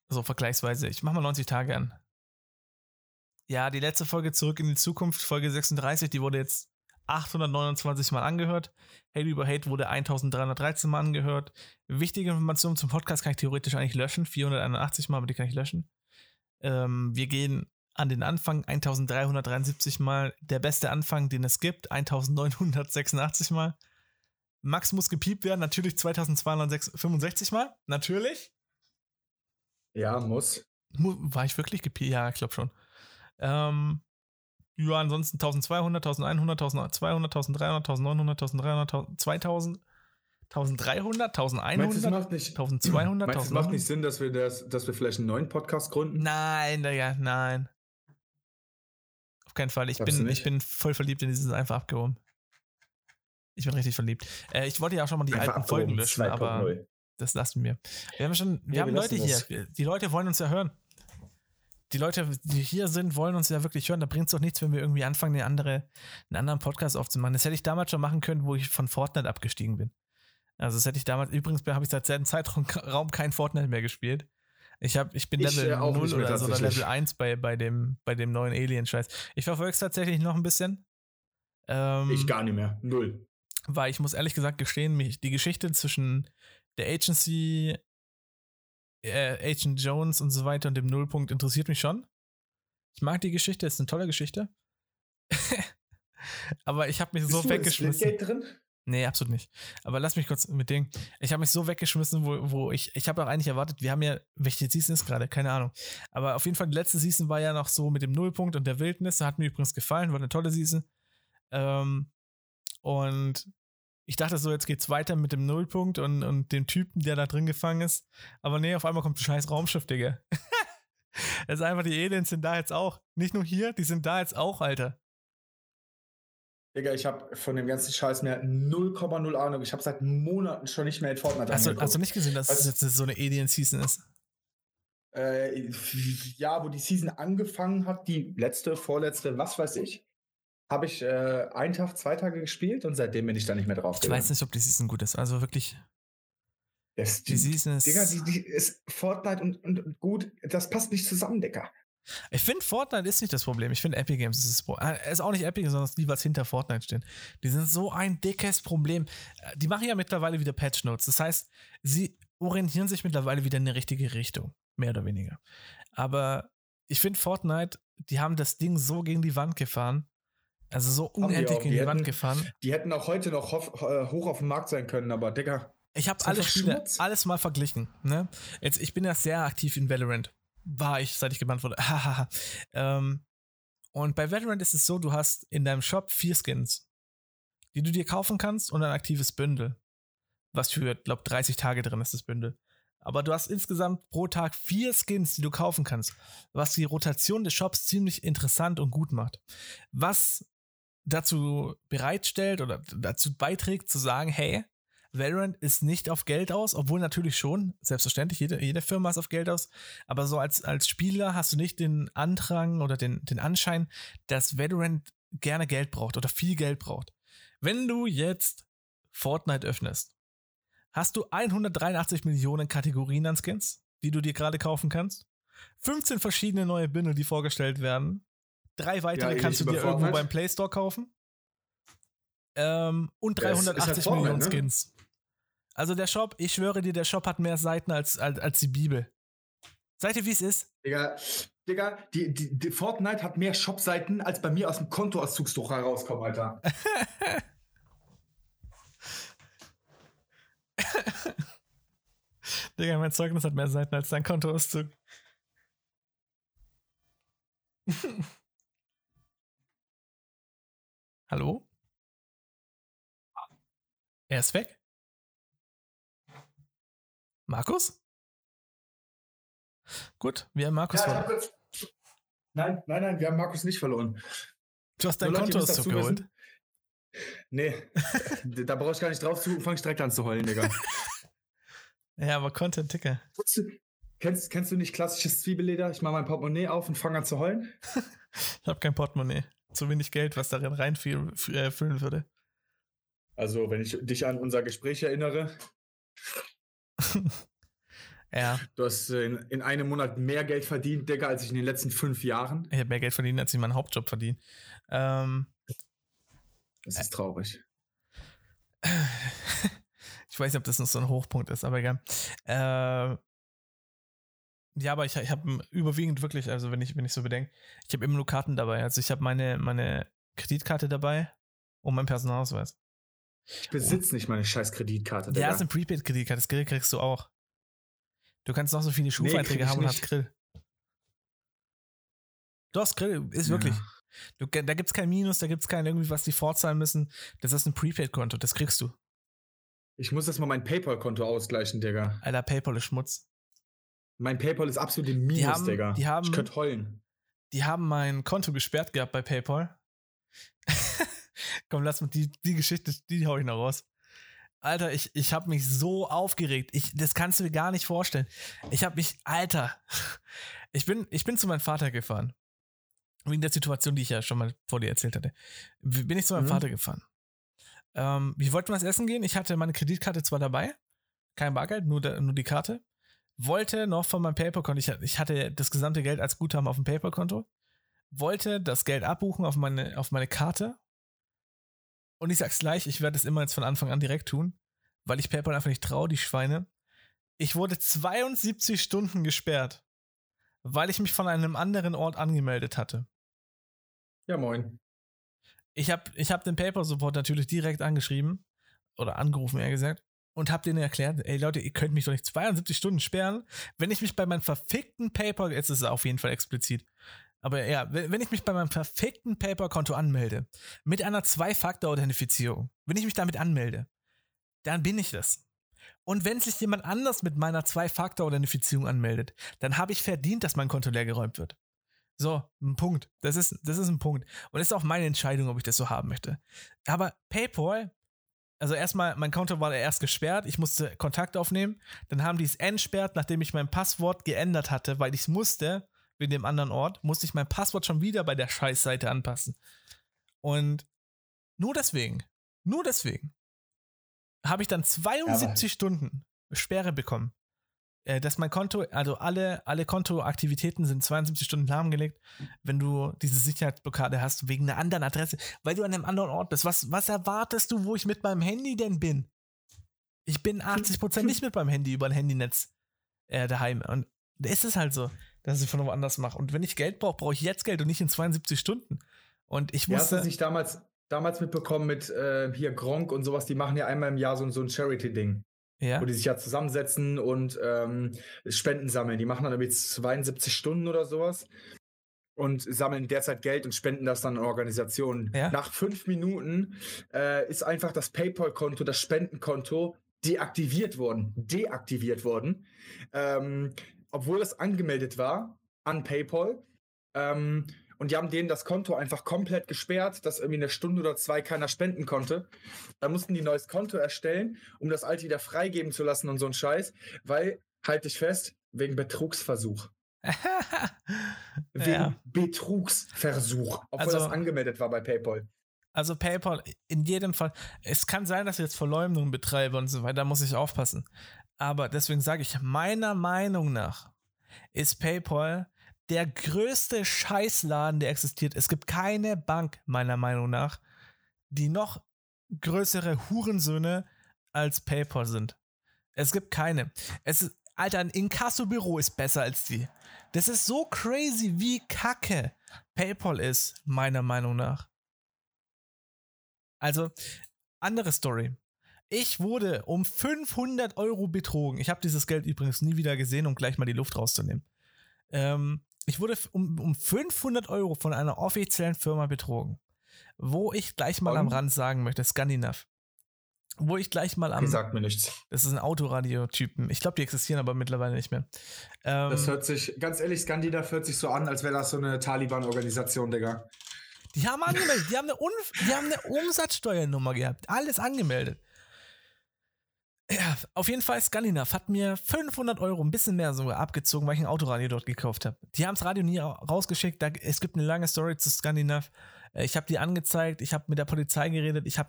So vergleichsweise. Ich mach mal 90 Tage an. Ja, die letzte Folge Zurück in die Zukunft, Folge 36, die wurde jetzt 829 Mal angehört. Hate über Hate wurde 1313 Mal angehört. Wichtige Informationen zum Podcast kann ich theoretisch eigentlich löschen. 481 Mal, aber die kann ich löschen. Wir gehen an den Anfang 1373 Mal. Der beste Anfang, den es gibt, 1986 Mal. Max muss gepiept werden, natürlich 2265 Mal. Natürlich. Ja, muss. War ich wirklich gepiept? Ja, ich glaube schon. Ja, ansonsten 1200, 1100, 1200, 1300, 1900, 1300, 2000, 1300, 1100, 1200, Meinst du, es macht nicht Sinn, dass wir vielleicht einen neuen Podcast gründen? Nein, Digga, nein. Auf keinen Fall. Ich bin voll verliebt in dieses einfach abgehoben. Ich bin richtig verliebt. Ich wollte ja auch schon mal die einfach alten Folgen löschen, 2.0. Aber das lassen wir. Wir haben Leute hier. Die Leute wollen uns ja hören. Die Leute, die hier sind, wollen uns ja wirklich hören. Da bringt es doch nichts, wenn wir irgendwie anfangen, einen anderen Podcast aufzumachen. Das hätte ich damals schon machen können, wo ich von Fortnite abgestiegen bin. Also das hätte ich damals, übrigens habe ich seit selben Zeitraum kein Fortnite mehr gespielt. Ich bin Level 0 oder so, oder Level 1 bei dem neuen Alien-Scheiß. Ich verfolge es tatsächlich noch ein bisschen. Ich gar nicht mehr. 0. Weil ich muss ehrlich gesagt gestehen, die Geschichte zwischen der Agency, Agent Jones und so weiter und dem Nullpunkt interessiert mich schon. Ich mag die Geschichte, ist eine tolle Geschichte. Aber ich habe mich so weggeschmissen. Ist Splitgate drin? Nee, absolut nicht. Aber lass mich kurz mit Ding. Ich habe mich so weggeschmissen, wo ich habe auch eigentlich erwartet, wir haben ja, welche Season ist gerade, keine Ahnung. Aber auf jeden Fall, die letzte Season war ja noch so mit dem Nullpunkt und der Wildnis. Hat mir übrigens gefallen, war eine tolle Season. Und ich dachte so, jetzt geht's weiter mit dem Nullpunkt und dem Typen, der da drin gefangen ist. Aber nee, auf einmal kommt ein scheiß Raumschiff, Digga. Es ist einfach, die Aliens sind da jetzt auch. Nicht nur hier, die sind da jetzt auch, Alter. Digga, ich habe von dem ganzen Scheiß mehr 0,0 Ahnung. Ich habe seit Monaten schon nicht mehr in Fortnite angeguckt. Hast du nicht gesehen, dass es jetzt so eine Alien-Season ist? Ja, wo die Season angefangen hat, die letzte, vorletzte, was weiß ich, habe ich 1 Tag, 2 Tage gespielt und seitdem bin ich da nicht mehr drauf. Ich weiß nicht, ob die Season gut ist. Also wirklich. Die Season ist. Digga, die ist Fortnite und gut, das passt nicht zusammen, Digga. Ich finde, Fortnite ist nicht das Problem. Ich finde, Epic Games ist das Problem. Ist auch nicht Epic, sondern die, was hinter Fortnite stehen. Die sind so ein dickes Problem. Die machen ja mittlerweile wieder Patch Notes. Das heißt, sie orientieren sich mittlerweile wieder in die richtige Richtung. Mehr oder weniger. Aber ich finde, Fortnite, die haben das Ding so gegen die Wand gefahren. Also so unendlich gegen die Wand gefahren. Die hätten auch heute noch hoch auf dem Markt sein können, aber Digga. Ich habe alle Spiele, alles mal verglichen. Ne? Jetzt, ich bin ja sehr aktiv in Valorant. War ich, seit ich gebannt wurde. Und bei Valorant ist es so, du hast in deinem Shop 4 Skins, die du dir kaufen kannst und ein aktives Bündel. Was für, glaube 30 Tage drin ist, das Bündel. Aber du hast insgesamt pro Tag 4 Skins, die du kaufen kannst. Was die Rotation des Shops ziemlich interessant und gut macht. Was dazu bereitstellt oder dazu beiträgt, zu sagen, hey, Valorant ist nicht auf Geld aus, obwohl natürlich schon, selbstverständlich, jede Firma ist auf Geld aus, aber so als Spieler hast du nicht den Andrang oder den Anschein, dass Valorant gerne Geld braucht oder viel Geld braucht. Wenn du jetzt Fortnite öffnest, hast du 183 Millionen Kategorien an Skins, die du dir gerade kaufen kannst, 15 verschiedene neue Bündel, die vorgestellt werden, 3 weitere kannst du dir irgendwo beim Play Store kaufen und 380 Millionen Skins. Also der Shop, ich schwöre dir, der Shop hat mehr Seiten als die Bibel. Seid ihr, wie es ist? Digga, die Fortnite hat mehr Shop-Seiten, als bei mir aus dem Kontoauszugsdrucker rauskommen, Alter. Digga, mein Zeugnis hat mehr Seiten als dein Kontoauszug. Hallo? Er ist weg? Markus? Gut, wir haben Markus verloren. Nein, wir haben Markus nicht verloren. Du hast dein Kontoauszug geholt? Nee, da brauch ich gar nicht drauf zu, fang ich direkt an zu heulen, Digga. Ja, aber Content-Ticker. Kennst du nicht klassisches Zwiebelleder? Ich mache mein Portemonnaie auf und fange an zu heulen. Ich habe kein Portemonnaie. Zu wenig Geld, was darin reinfüllen würde. Also, wenn ich dich an unser Gespräch erinnere. Ja. Du hast in einem Monat mehr Geld verdient, Digga, als ich in den letzten 5 Jahren. Ich habe mehr Geld verdient, als ich meinen Hauptjob verdiene. Das ist traurig. Ich weiß nicht, ob das noch so ein Hochpunkt ist, aber egal. Ja, aber ich habe überwiegend wirklich, also wenn ich so bedenke, ich habe immer nur Karten dabei. Also ich habe meine Kreditkarte dabei und meinen Personalausweis. Ich besitze nicht meine scheiß Kreditkarte, Digga. Ja, ist eine Prepaid-Kreditkarte, das Grill kriegst du auch. Du kannst noch so viele Schufa-Einträge haben und hast Grill. Du hast Grill, ist wirklich. Da gibt's kein Minus, da gibt's kein irgendwie, was die vorzahlen müssen. Das ist ein Prepaid-Konto, das kriegst du. Ich muss jetzt mal mein PayPal-Konto ausgleichen, Digga. Alter, PayPal ist Schmutz. Mein PayPal ist absolut im Minus, Digga. Ich könnte heulen. Die haben mein Konto gesperrt gehabt bei PayPal. Komm, lass mal die Geschichte, die hau ich noch raus. Alter, ich habe mich so aufgeregt. Das kannst du dir gar nicht vorstellen. Ich bin zu meinem Vater gefahren. Wegen der Situation, die ich ja schon mal vor dir erzählt hatte. Bin ich zu meinem Vater gefahren. Wir wollten was essen gehen. Ich hatte meine Kreditkarte zwar dabei, kein Bargeld, nur die Karte. Wollte noch von meinem PayPal-Konto, ich hatte das gesamte Geld als Guthaben auf dem PayPal-Konto, wollte das Geld abbuchen auf meine Karte. Und ich sag's gleich, ich werde es immer jetzt von Anfang an direkt tun, weil ich PayPal einfach nicht traue, die Schweine. Ich wurde 72 Stunden gesperrt, weil ich mich von einem anderen Ort angemeldet hatte. Ja, moin. Ich hab den PayPal-Support natürlich direkt angeschrieben, oder angerufen, eher gesagt, und hab denen erklärt, ey Leute, ihr könnt mich doch nicht 72 Stunden sperren, wenn ich mich bei meinem verfickten PayPal, jetzt ist es auf jeden Fall explizit, aber ja, wenn ich mich bei meinem verfickten PayPal-Konto anmelde, mit einer 2-Faktor-Authentifizierung, wenn ich mich damit anmelde, dann bin ich das. Und wenn sich jemand anders mit meiner 2-Faktor-Authentifizierung anmeldet, dann habe ich verdient, dass mein Konto leergeräumt wird. So, ein Punkt. Das ist ein Punkt. Und das ist auch meine Entscheidung, ob ich das so haben möchte. Aber PayPal, also erstmal, mein Konto war erst gesperrt, ich musste Kontakt aufnehmen, dann haben die es entsperrt, nachdem ich mein Passwort geändert hatte, weil ich es musste, wegen dem anderen Ort, musste ich mein Passwort schon wieder bei der Scheißseite anpassen. Und nur deswegen habe ich dann 72 Stunden Sperre bekommen. Dass mein Konto, also alle Kontoaktivitäten sind 72 Stunden lahmgelegt, wenn du diese Sicherheitsblockade hast, wegen einer anderen Adresse, weil du an einem anderen Ort bist. Was erwartest du, wo ich mit meinem Handy denn bin? Ich bin 80% nicht mit meinem Handy über ein Handynetz daheim. Und es ist halt so, dass ich von woanders mache. Und wenn ich Geld brauche ich jetzt Geld und nicht in 72 Stunden. Und ich wusste... Hast du nicht damals mitbekommen mit hier Gronkh und sowas, die machen ja einmal im Jahr so ein Charity-Ding. Ja. Wo die sich ja zusammensetzen und Spenden sammeln. Die machen dann irgendwie 72 Stunden oder sowas und sammeln derzeit Geld und spenden das dann an Organisationen. Ja. Nach 5 Minuten ist einfach das PayPal-Konto, das Spendenkonto deaktiviert worden. Obwohl es angemeldet war an PayPal. Und die haben denen das Konto einfach komplett gesperrt, dass irgendwie 1 Stunde oder 2 keiner spenden konnte. Dann mussten die ein neues Konto erstellen, um das alte wieder freigeben zu lassen und so ein Scheiß, weil, halt dich fest, wegen Betrugsversuch. Wegen Betrugsversuch, obwohl das angemeldet war bei PayPal. Also PayPal, in jedem Fall, es kann sein, dass ich jetzt Verleumdung betreibe und so weiter, da muss ich aufpassen. Aber deswegen sage ich, meiner Meinung nach ist PayPal der größte Scheißladen, der existiert. Es gibt keine Bank, meiner Meinung nach, die noch größere Hurensöhne als PayPal sind. Es gibt keine. Alter, ein Inkassobüro ist besser als die. Das ist so crazy, wie kacke PayPal ist, meiner Meinung nach. Also, andere Story. Ich wurde um 500 € betrogen. Ich habe dieses Geld übrigens nie wieder gesehen, um gleich mal die Luft rauszunehmen. Ich wurde um 500 € von einer offiziellen Firma betrogen. Wo ich gleich mal am Rand sagen möchte, Scandinav. Wo ich gleich mal am... Sagt mir nichts. Das ist ein Autoradio-Typen. Ich glaube, die existieren aber mittlerweile nicht mehr. Das hört sich, ganz ehrlich, Scandinav hört sich so an, als wäre das so eine Taliban-Organisation, Digga. Die haben angemeldet. Die haben eine Umsatzsteuernummer gehabt. Alles angemeldet. Ja, auf jeden Fall, Scandinav hat mir 500 €, ein bisschen mehr sogar, abgezogen, weil ich ein Autoradio dort gekauft habe. Die haben das Radio nie rausgeschickt. Es gibt eine lange Story zu Scandinav. Ich habe die angezeigt, ich habe mit der Polizei geredet, ich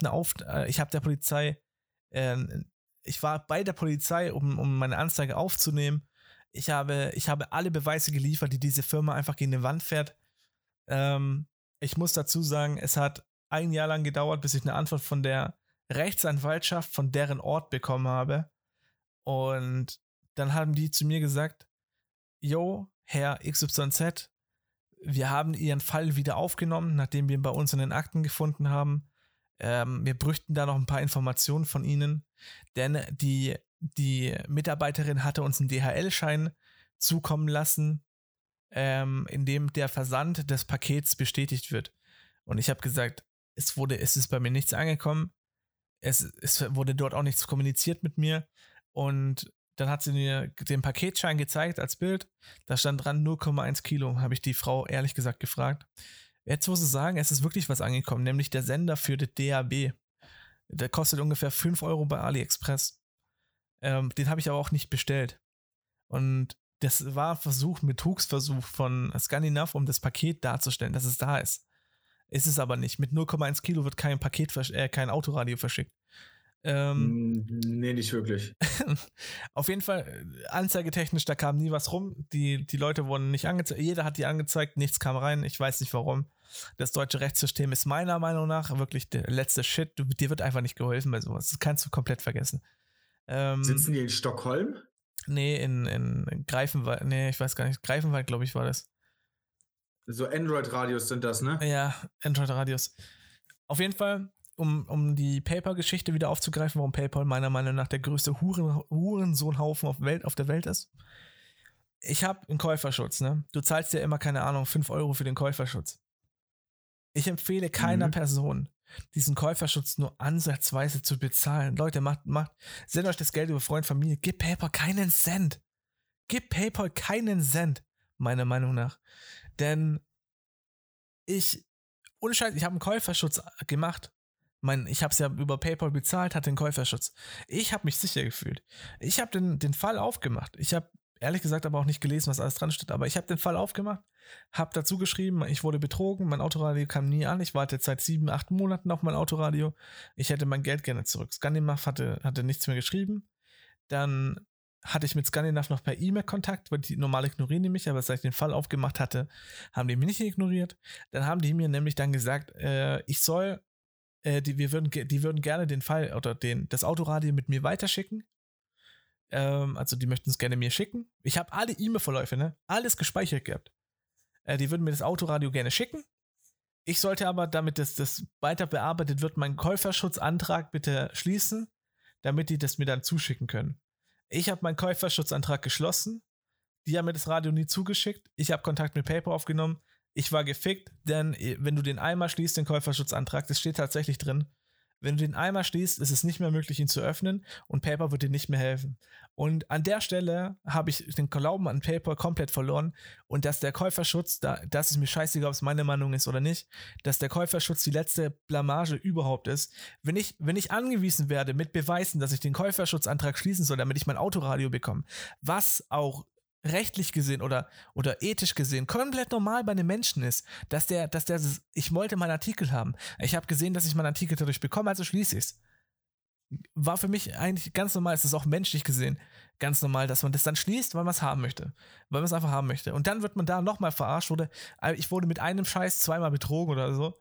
war bei der Polizei, um meine Anzeige aufzunehmen. Ich habe alle Beweise geliefert, die diese Firma einfach gegen die Wand fährt. Ich muss dazu sagen, es hat 1 Jahr lang gedauert, bis ich eine Antwort von der Rechtsanwaltschaft von deren Ort bekommen habe. Und dann haben die zu mir gesagt, yo, Herr XYZ, wir haben Ihren Fall wieder aufgenommen, nachdem wir ihn bei uns in den Akten gefunden haben. Wir bräuchten da noch ein paar Informationen von Ihnen, denn die Mitarbeiterin hatte uns einen DHL-Schein zukommen lassen, in dem der Versand des Pakets bestätigt wird. Und ich habe gesagt, es ist bei mir nichts angekommen, es wurde dort auch nichts kommuniziert mit mir und dann hat sie mir den Paketschein gezeigt als Bild, da stand dran 0,1 Kilo, habe ich die Frau ehrlich gesagt gefragt. Jetzt muss ich sagen, es ist wirklich was angekommen, nämlich der Sender für die DAB. Der kostet ungefähr 5 Euro bei AliExpress. Den habe ich aber auch nicht bestellt. Und das war ein Betrugsversuch von Scandinav, um das Paket darzustellen, dass es da ist. Ist es aber nicht. Mit 0,1 Kilo wird kein kein Autoradio verschickt. Nee, nicht wirklich. Auf jeden Fall, anzeigetechnisch, da kam nie was rum. Die Leute wurden nicht angezeigt. Jeder hat die angezeigt, nichts kam rein. Ich weiß nicht warum. Das deutsche Rechtssystem ist meiner Meinung nach wirklich der letzte Shit. Dir wird einfach nicht geholfen bei sowas. Das kannst du komplett vergessen. Sitzen die in Stockholm? Nee, in Greifenwald. Nee, ich weiß gar nicht. Greifenwald, glaube ich, war das. So Android-Radios sind das, ne? Ja, Android-Radios. Auf jeden Fall, um die PayPal-Geschichte wieder aufzugreifen, warum PayPal meiner Meinung nach der größte Hurensohnhaufen auf der Welt ist. Ich habe einen Käuferschutz, ne? Du zahlst ja immer, keine Ahnung, 5 Euro für den Käuferschutz. Ich empfehle keiner Person, diesen Käuferschutz nur ansatzweise zu bezahlen. Leute, sendet euch das Geld über Freund, Familie, gib PayPal keinen Cent. Gib PayPal keinen Cent, meiner Meinung nach. Denn ohne Scheiß, ich habe einen Käuferschutz gemacht. Ich habe es ja über PayPal bezahlt, hatte den Käuferschutz. Ich habe mich sicher gefühlt. Ich habe den Fall aufgemacht. Ich habe ehrlich gesagt aber auch nicht gelesen, was alles dran steht, aber ich habe den Fall aufgemacht, habe dazu geschrieben, ich wurde betrogen, mein Autoradio kam nie an, ich warte jetzt seit 7, 8 Monaten auf mein Autoradio, ich hätte mein Geld gerne zurück. Scandinav hatte nichts mehr geschrieben. Dann hatte ich mit Scandinav noch per E-Mail Kontakt, weil die normal ignorieren die mich, aber seit ich den Fall aufgemacht hatte, haben die mich nicht ignoriert. Dann haben die mir nämlich dann gesagt, ich soll, die würden gerne den Fall oder das Autoradio mit mir weiterschicken. Also die möchten es gerne mir schicken. Ich habe alle E-Mail-Verläufe, ne? Alles gespeichert gehabt. Die würden mir das Autoradio gerne schicken. Ich sollte aber, damit das weiter bearbeitet wird, meinen Käuferschutzantrag bitte schließen, damit die das mir dann zuschicken können. Ich habe meinen Käuferschutzantrag geschlossen. Die haben mir das Radio nie zugeschickt. Ich habe Kontakt mit PayPal aufgenommen. Ich war gefickt, denn wenn du den einmal schließt, den Käuferschutzantrag, das steht tatsächlich drin. Wenn du den einmal schließt, ist es nicht mehr möglich, ihn zu öffnen und PayPal wird dir nicht mehr helfen. Und an der Stelle habe ich den Glauben an PayPal komplett verloren und dass der Käuferschutz, das ist mir scheißegal, ob es meine Meinung ist oder nicht, dass der Käuferschutz die letzte Blamage überhaupt ist. Wenn ich angewiesen werde mit Beweisen, dass ich den Käuferschutzantrag schließen soll, damit ich mein Autoradio bekomme, was auch rechtlich gesehen oder ethisch gesehen komplett normal bei einem Menschen ist, dass ich wollte meinen Artikel haben. Ich habe gesehen, dass ich meinen Artikel dadurch bekomme, also schließe ich es. War für mich eigentlich ganz normal, es ist auch menschlich gesehen ganz normal, dass man das dann schließt, weil man es haben möchte. Weil man es einfach haben möchte. Und dann wird man da nochmal verarscht. Ich wurde mit einem Scheiß 2-mal betrogen oder so.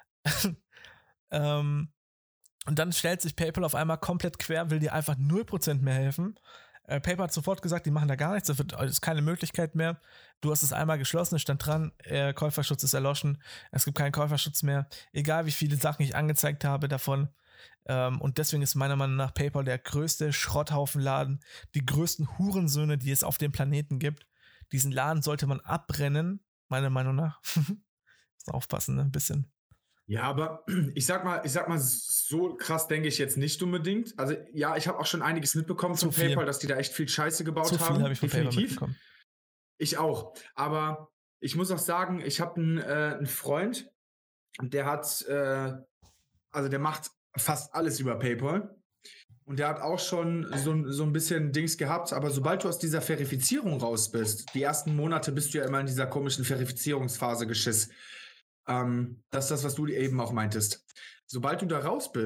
Und dann stellt sich PayPal auf einmal komplett quer, will dir einfach 0% mehr helfen. PayPal hat sofort gesagt, die machen da gar nichts, das ist keine Möglichkeit mehr. Du hast es einmal geschlossen, es stand dran, Käuferschutz ist erloschen, es gibt keinen Käuferschutz mehr, egal wie viele Sachen ich angezeigt habe davon. Und deswegen ist meiner Meinung nach PayPal der größte Schrotthaufenladen, die größten Hurensöhne, die es auf dem Planeten gibt. Diesen Laden sollte man abbrennen, meiner Meinung nach. Muss aufpassen, ne? Ein bisschen. Ja, aber ich sag mal, so krass denke ich jetzt nicht unbedingt. Also ja, ich habe auch schon einiges mitbekommen von PayPal, dass die da echt viel Scheiße gebaut haben. Zu viel habe ich von PayPal mitbekommen. Ich auch. Aber ich muss auch sagen, ich habe einen Freund, der hat, der macht fast alles über PayPal. Und der hat auch schon so ein bisschen Dings gehabt. Aber sobald du aus dieser Verifizierung raus bist, die ersten Monate bist du ja immer in dieser komischen Verifizierungsphase geschiss. Das ist das, was du eben auch meintest. Sobald du da raus bist,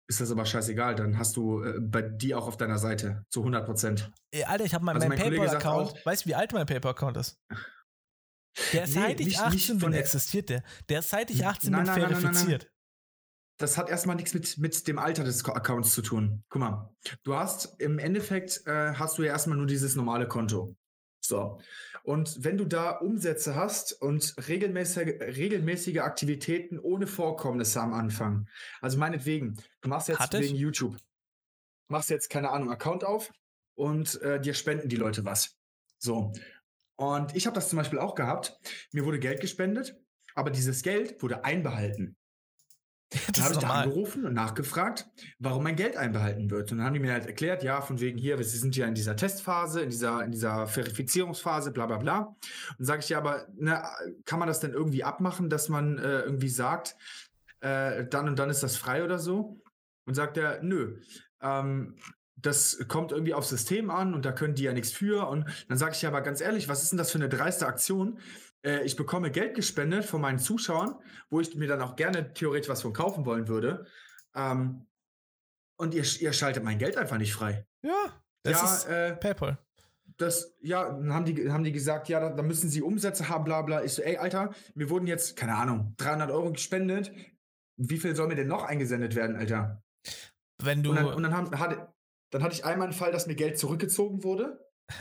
ist das aber scheißegal. Dann hast du bei dir auch auf deiner Seite zu 100%. Ey, Alter, ich habe mein Kollege sagt PayPal-Account. auch, Weißt du, wie alt mein PayPal-Account ist? Der ist seit ich 18 bin, existiert der. Der ist seit ich 18 bin verifiziert. Das hat erstmal nichts mit dem Alter des Accounts zu tun. Guck mal, du hast im Endeffekt hast du ja erstmal nur dieses normale Konto. So. Und wenn du da Umsätze hast und regelmäßige Aktivitäten ohne Vorkommnisse am Anfang, also meinetwegen, du machst jetzt wegen YouTube, machst jetzt, keine Ahnung, Account auf und dir spenden die Leute was. So. Und ich habe das zum Beispiel auch gehabt. Mir wurde Geld gespendet, aber dieses Geld wurde einbehalten. Dann habe ich da angerufen und nachgefragt, warum mein Geld einbehalten wird. Und dann haben die mir halt erklärt, ja, von wegen hier, sie sind ja in dieser Testphase, in dieser Verifizierungsphase, bla bla bla. Und dann sage ich, ja, aber kann man das denn irgendwie abmachen, dass man irgendwie sagt, dann und dann ist das frei oder so? Und sagt er, nö, das kommt irgendwie aufs System an und da können die ja nichts für. Und dann sage ich ja aber ganz ehrlich, was ist denn das für eine dreiste Aktion? Ich bekomme Geld gespendet von meinen Zuschauern, wo ich mir dann auch gerne theoretisch was von kaufen wollen würde. Und ihr schaltet mein Geld einfach nicht frei. Ja, das ist PayPal. Dann haben die gesagt, ja, da müssen sie Umsätze haben, bla bla. Ich so, ey, Alter, mir wurden jetzt, keine Ahnung, 300 € gespendet. Wie viel soll mir denn noch eingesendet werden, Alter? Wenn du... Und dann hatte ich einmal einen Fall, dass mir Geld zurückgezogen wurde.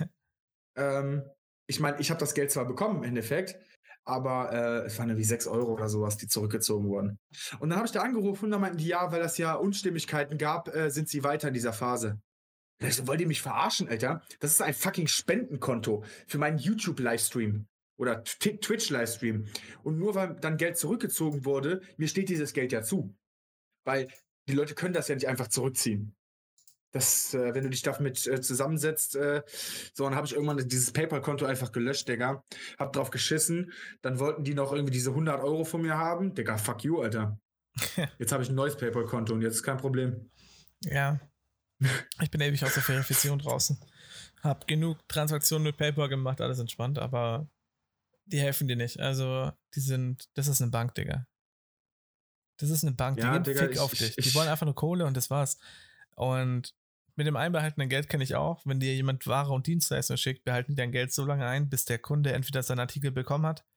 Ich meine, ich habe das Geld zwar bekommen im Endeffekt, aber es waren irgendwie 6 € oder sowas, die zurückgezogen wurden. Und dann habe ich da angerufen und dann meinten die, ja, weil das ja Unstimmigkeiten gab, sind sie weiter in dieser Phase. Ich so, wollt ihr mich verarschen, Alter? Das ist ein fucking Spendenkonto für meinen YouTube-Livestream oder Twitch-Livestream. Und nur weil dann Geld zurückgezogen wurde, mir steht dieses Geld ja zu. Weil die Leute können das ja nicht einfach zurückziehen. Wenn du dich damit zusammensetzt, so, dann habe ich irgendwann dieses PayPal-Konto einfach gelöscht, Digga. Hab drauf geschissen. Dann wollten die noch irgendwie diese 100 € von mir haben. Digga, fuck you, Alter. Jetzt habe ich ein neues PayPal-Konto und jetzt ist kein Problem. Ja. Ich bin ewig aus der Verifizierung draußen. Hab genug Transaktionen mit PayPal gemacht, alles entspannt, aber die helfen dir nicht. Also, das ist eine Bank, Digga. Das ist eine Bank, Ja, die geben Fick auf dich. Die wollen einfach nur Kohle und das war's. Und mit dem einbehaltenen Geld kenne ich auch, wenn dir jemand Ware und Dienstleistungen schickt, behalten die dein Geld so lange ein, bis der Kunde entweder seinen Artikel bekommen hat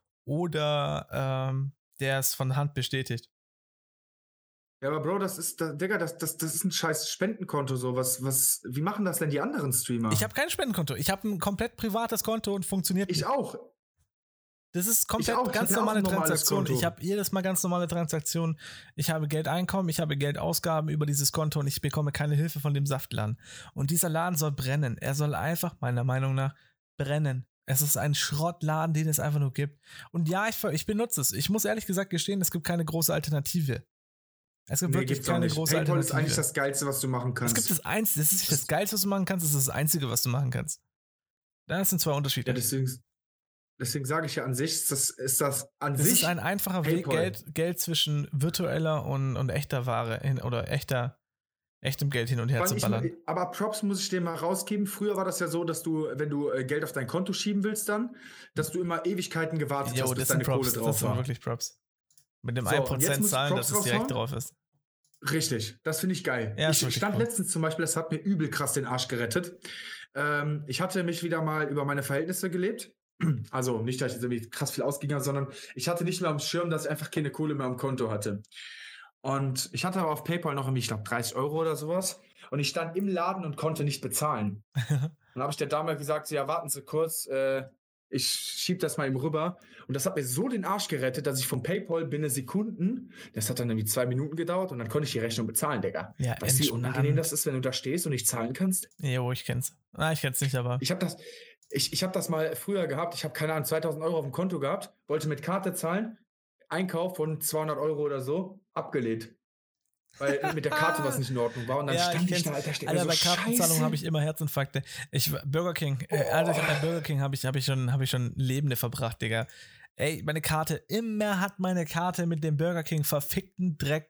oder der es von Hand bestätigt. Ja, aber Bro, das ist ein scheiß Spendenkonto, so. Wie machen das denn die anderen Streamer? Ich habe kein Spendenkonto. Ich habe ein komplett privates Konto und funktioniert nicht. Ich auch. Das ist komplett ganz normale Transaktion. Ich habe jedes Mal ganz normale Transaktionen. Ich habe Geldeinkommen, ich habe Geldausgaben über dieses Konto und ich bekomme keine Hilfe von dem Saftladen. Und dieser Laden soll brennen. Er soll einfach, meiner Meinung nach, brennen. Es ist ein Schrottladen, den es einfach nur gibt. Und ja, ich benutze es. Ich muss ehrlich gesagt gestehen, es gibt keine große Alternative. Es gibt wirklich keine große PayPal Alternative. ist eigentlich das Geilste, was du machen kannst. Das ist nicht das Geilste, was du machen kannst, es ist das Einzige, was du machen kannst. Das sind zwei Unterschiede. Ja, deswegen sage ich ja an sich, das ist ein einfacher PayPal. Weg, Geld zwischen virtueller und echter Ware oder echtem Geld hin und her zu ballern. Aber Props muss ich dir mal rausgeben. Früher war das ja so, dass du, wenn du Geld auf dein Konto schieben willst dann, dass du immer Ewigkeiten gewartet hast, bis deine Kohle drauf war. Das sind wirklich Props. Mit dem 1% zahlen, dass es direkt drauf ist. Richtig, das finde ich geil. Ja, ich stand letztens zum Beispiel, das hat mir übel krass den Arsch gerettet. Ich hatte mich wieder mal über meine Verhältnisse gelebt. Also nicht, dass ich jetzt irgendwie krass viel ausging, sondern ich hatte nicht mehr am Schirm, dass ich einfach keine Kohle mehr am Konto hatte. Und ich hatte aber auf PayPal noch irgendwie, ich glaube, 30 € oder sowas. Und ich stand im Laden und konnte nicht bezahlen. Dann habe ich der Dame gesagt, ja, warten Sie kurz, ich schieb das mal eben rüber. Und das hat mir so den Arsch gerettet, dass ich von PayPal binnen Sekunden, das hat dann irgendwie 2 Minuten gedauert und dann konnte ich die Rechnung bezahlen, Digga. Ja, weißt du, wie unangenehm das ist, wenn du da stehst und nicht zahlen kannst? Jo, ich kenn's. Ich kenn's nicht, aber... Ich habe das mal früher gehabt. Ich habe, keine Ahnung, 2.000 € auf dem Konto gehabt, wollte mit Karte zahlen, Einkauf von 200 € oder so, abgelehnt. Weil mit der Karte was nicht in Ordnung war. Und dann stand ich da, Alter, Alter, bei Kartenzahlung habe ich immer Herzinfarkte. Burger King, bei Burger King habe ich schon Lebende verbracht, Digga. Ey, immer hat meine Karte mit dem Burger King verfickten Dreck.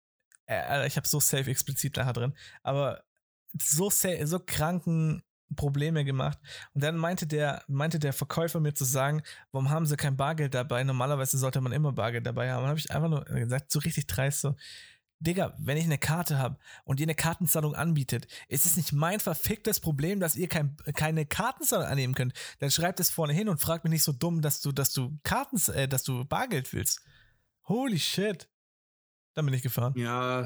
Ich habe so safe explizit nachher drin, aber so kranken Probleme gemacht. Und dann meinte der Verkäufer mir zu sagen, warum haben sie kein Bargeld dabei? Normalerweise sollte man immer Bargeld dabei haben. Und dann habe ich einfach nur gesagt, so richtig dreist so, Digga, wenn ich eine Karte habe und ihr eine Kartenzahlung anbietet, ist es nicht mein verficktes Problem, dass ihr keine Kartenzahlung annehmen könnt. Dann schreibt es vorne hin und fragt mich nicht so dumm, dass du Bargeld willst. Holy shit. Dann bin ich gefahren. Ja,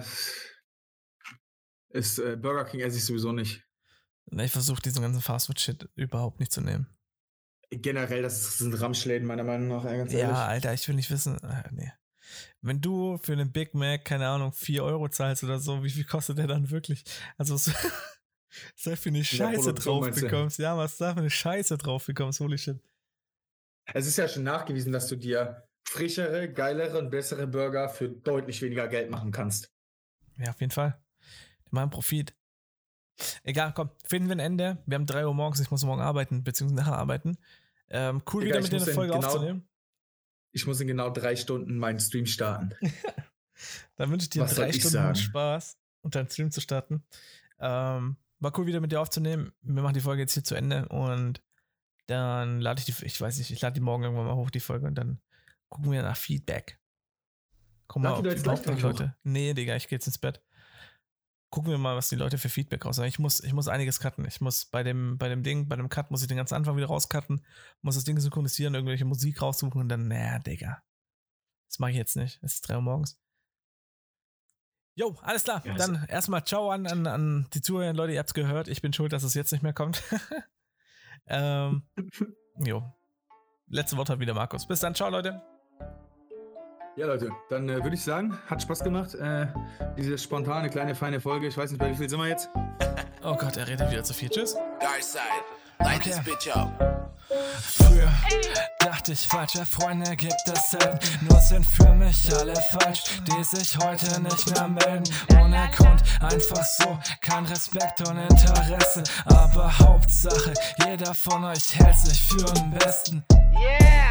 Burger King esse ich sowieso nicht. Ich versuche diesen ganzen Fastfood-Shit überhaupt nicht zu nehmen. Generell, das sind Ramschläden, meiner Meinung nach, ganz ehrlich. Ja, Alter, ich will nicht wissen. Nee. Wenn du für einen Big Mac, keine Ahnung, 4 Euro zahlst oder so, wie viel kostet der dann wirklich? Also, was da für eine Scheiße drauf bekommst. Ja, was da für eine Scheiße drauf bekommst, holy shit. Es ist ja schon nachgewiesen, dass du dir frischere, geilere und bessere Burger für deutlich weniger Geld machen kannst. Ja, auf jeden Fall. Die machen Profit. Egal, komm, finden wir ein Ende. Wir haben 3 Uhr morgens, ich muss morgen arbeiten, beziehungsweise nachher arbeiten. Cool, Digga, wieder mit dir eine Folge aufzunehmen. Ich muss in genau 3 Stunden meinen Stream starten. Dann wünsche ich dir 3 Stunden Spaß und deinen Stream zu starten. War cool, wieder mit dir aufzunehmen. Wir machen die Folge jetzt hier zu Ende und dann lade ich lade die morgen irgendwann mal hoch, die Folge, und dann gucken wir nach Feedback. Guck mal, ob überhaupt die Leute. Nee, Digga, ich geh jetzt ins Bett. Gucken wir mal, was die Leute für Feedback raussagen. Ich muss einiges cutten. Ich muss bei dem Cut muss ich den ganzen Anfang wieder rauscutten, muss das Ding synchronisieren, irgendwelche Musik raussuchen und dann, Digga. Das mache ich jetzt nicht. Es ist 3 Uhr morgens. Jo, alles klar. Ja, dann erstmal ciao an die Zuhörer, Leute, ihr habt's gehört. Ich bin schuld, dass es jetzt nicht mehr kommt. Jo. Letzte Wort hat wieder Markus. Bis dann, ciao, Leute. Ja, Leute, dann würde ich sagen, hat Spaß gemacht. Diese spontane, kleine, feine Folge. Ich weiß nicht, bei wie viel sind wir jetzt? Oh Gott, er redet wieder zu viel. Tschüss. Okay. Früher dachte ich, falsche Freunde gibt es selten. Nur sind für mich alle falsch, die sich heute nicht mehr melden. Ohne Grund, einfach so, kein Respekt und Interesse. Aber Hauptsache, jeder von euch hält sich für den Besten. Yeah!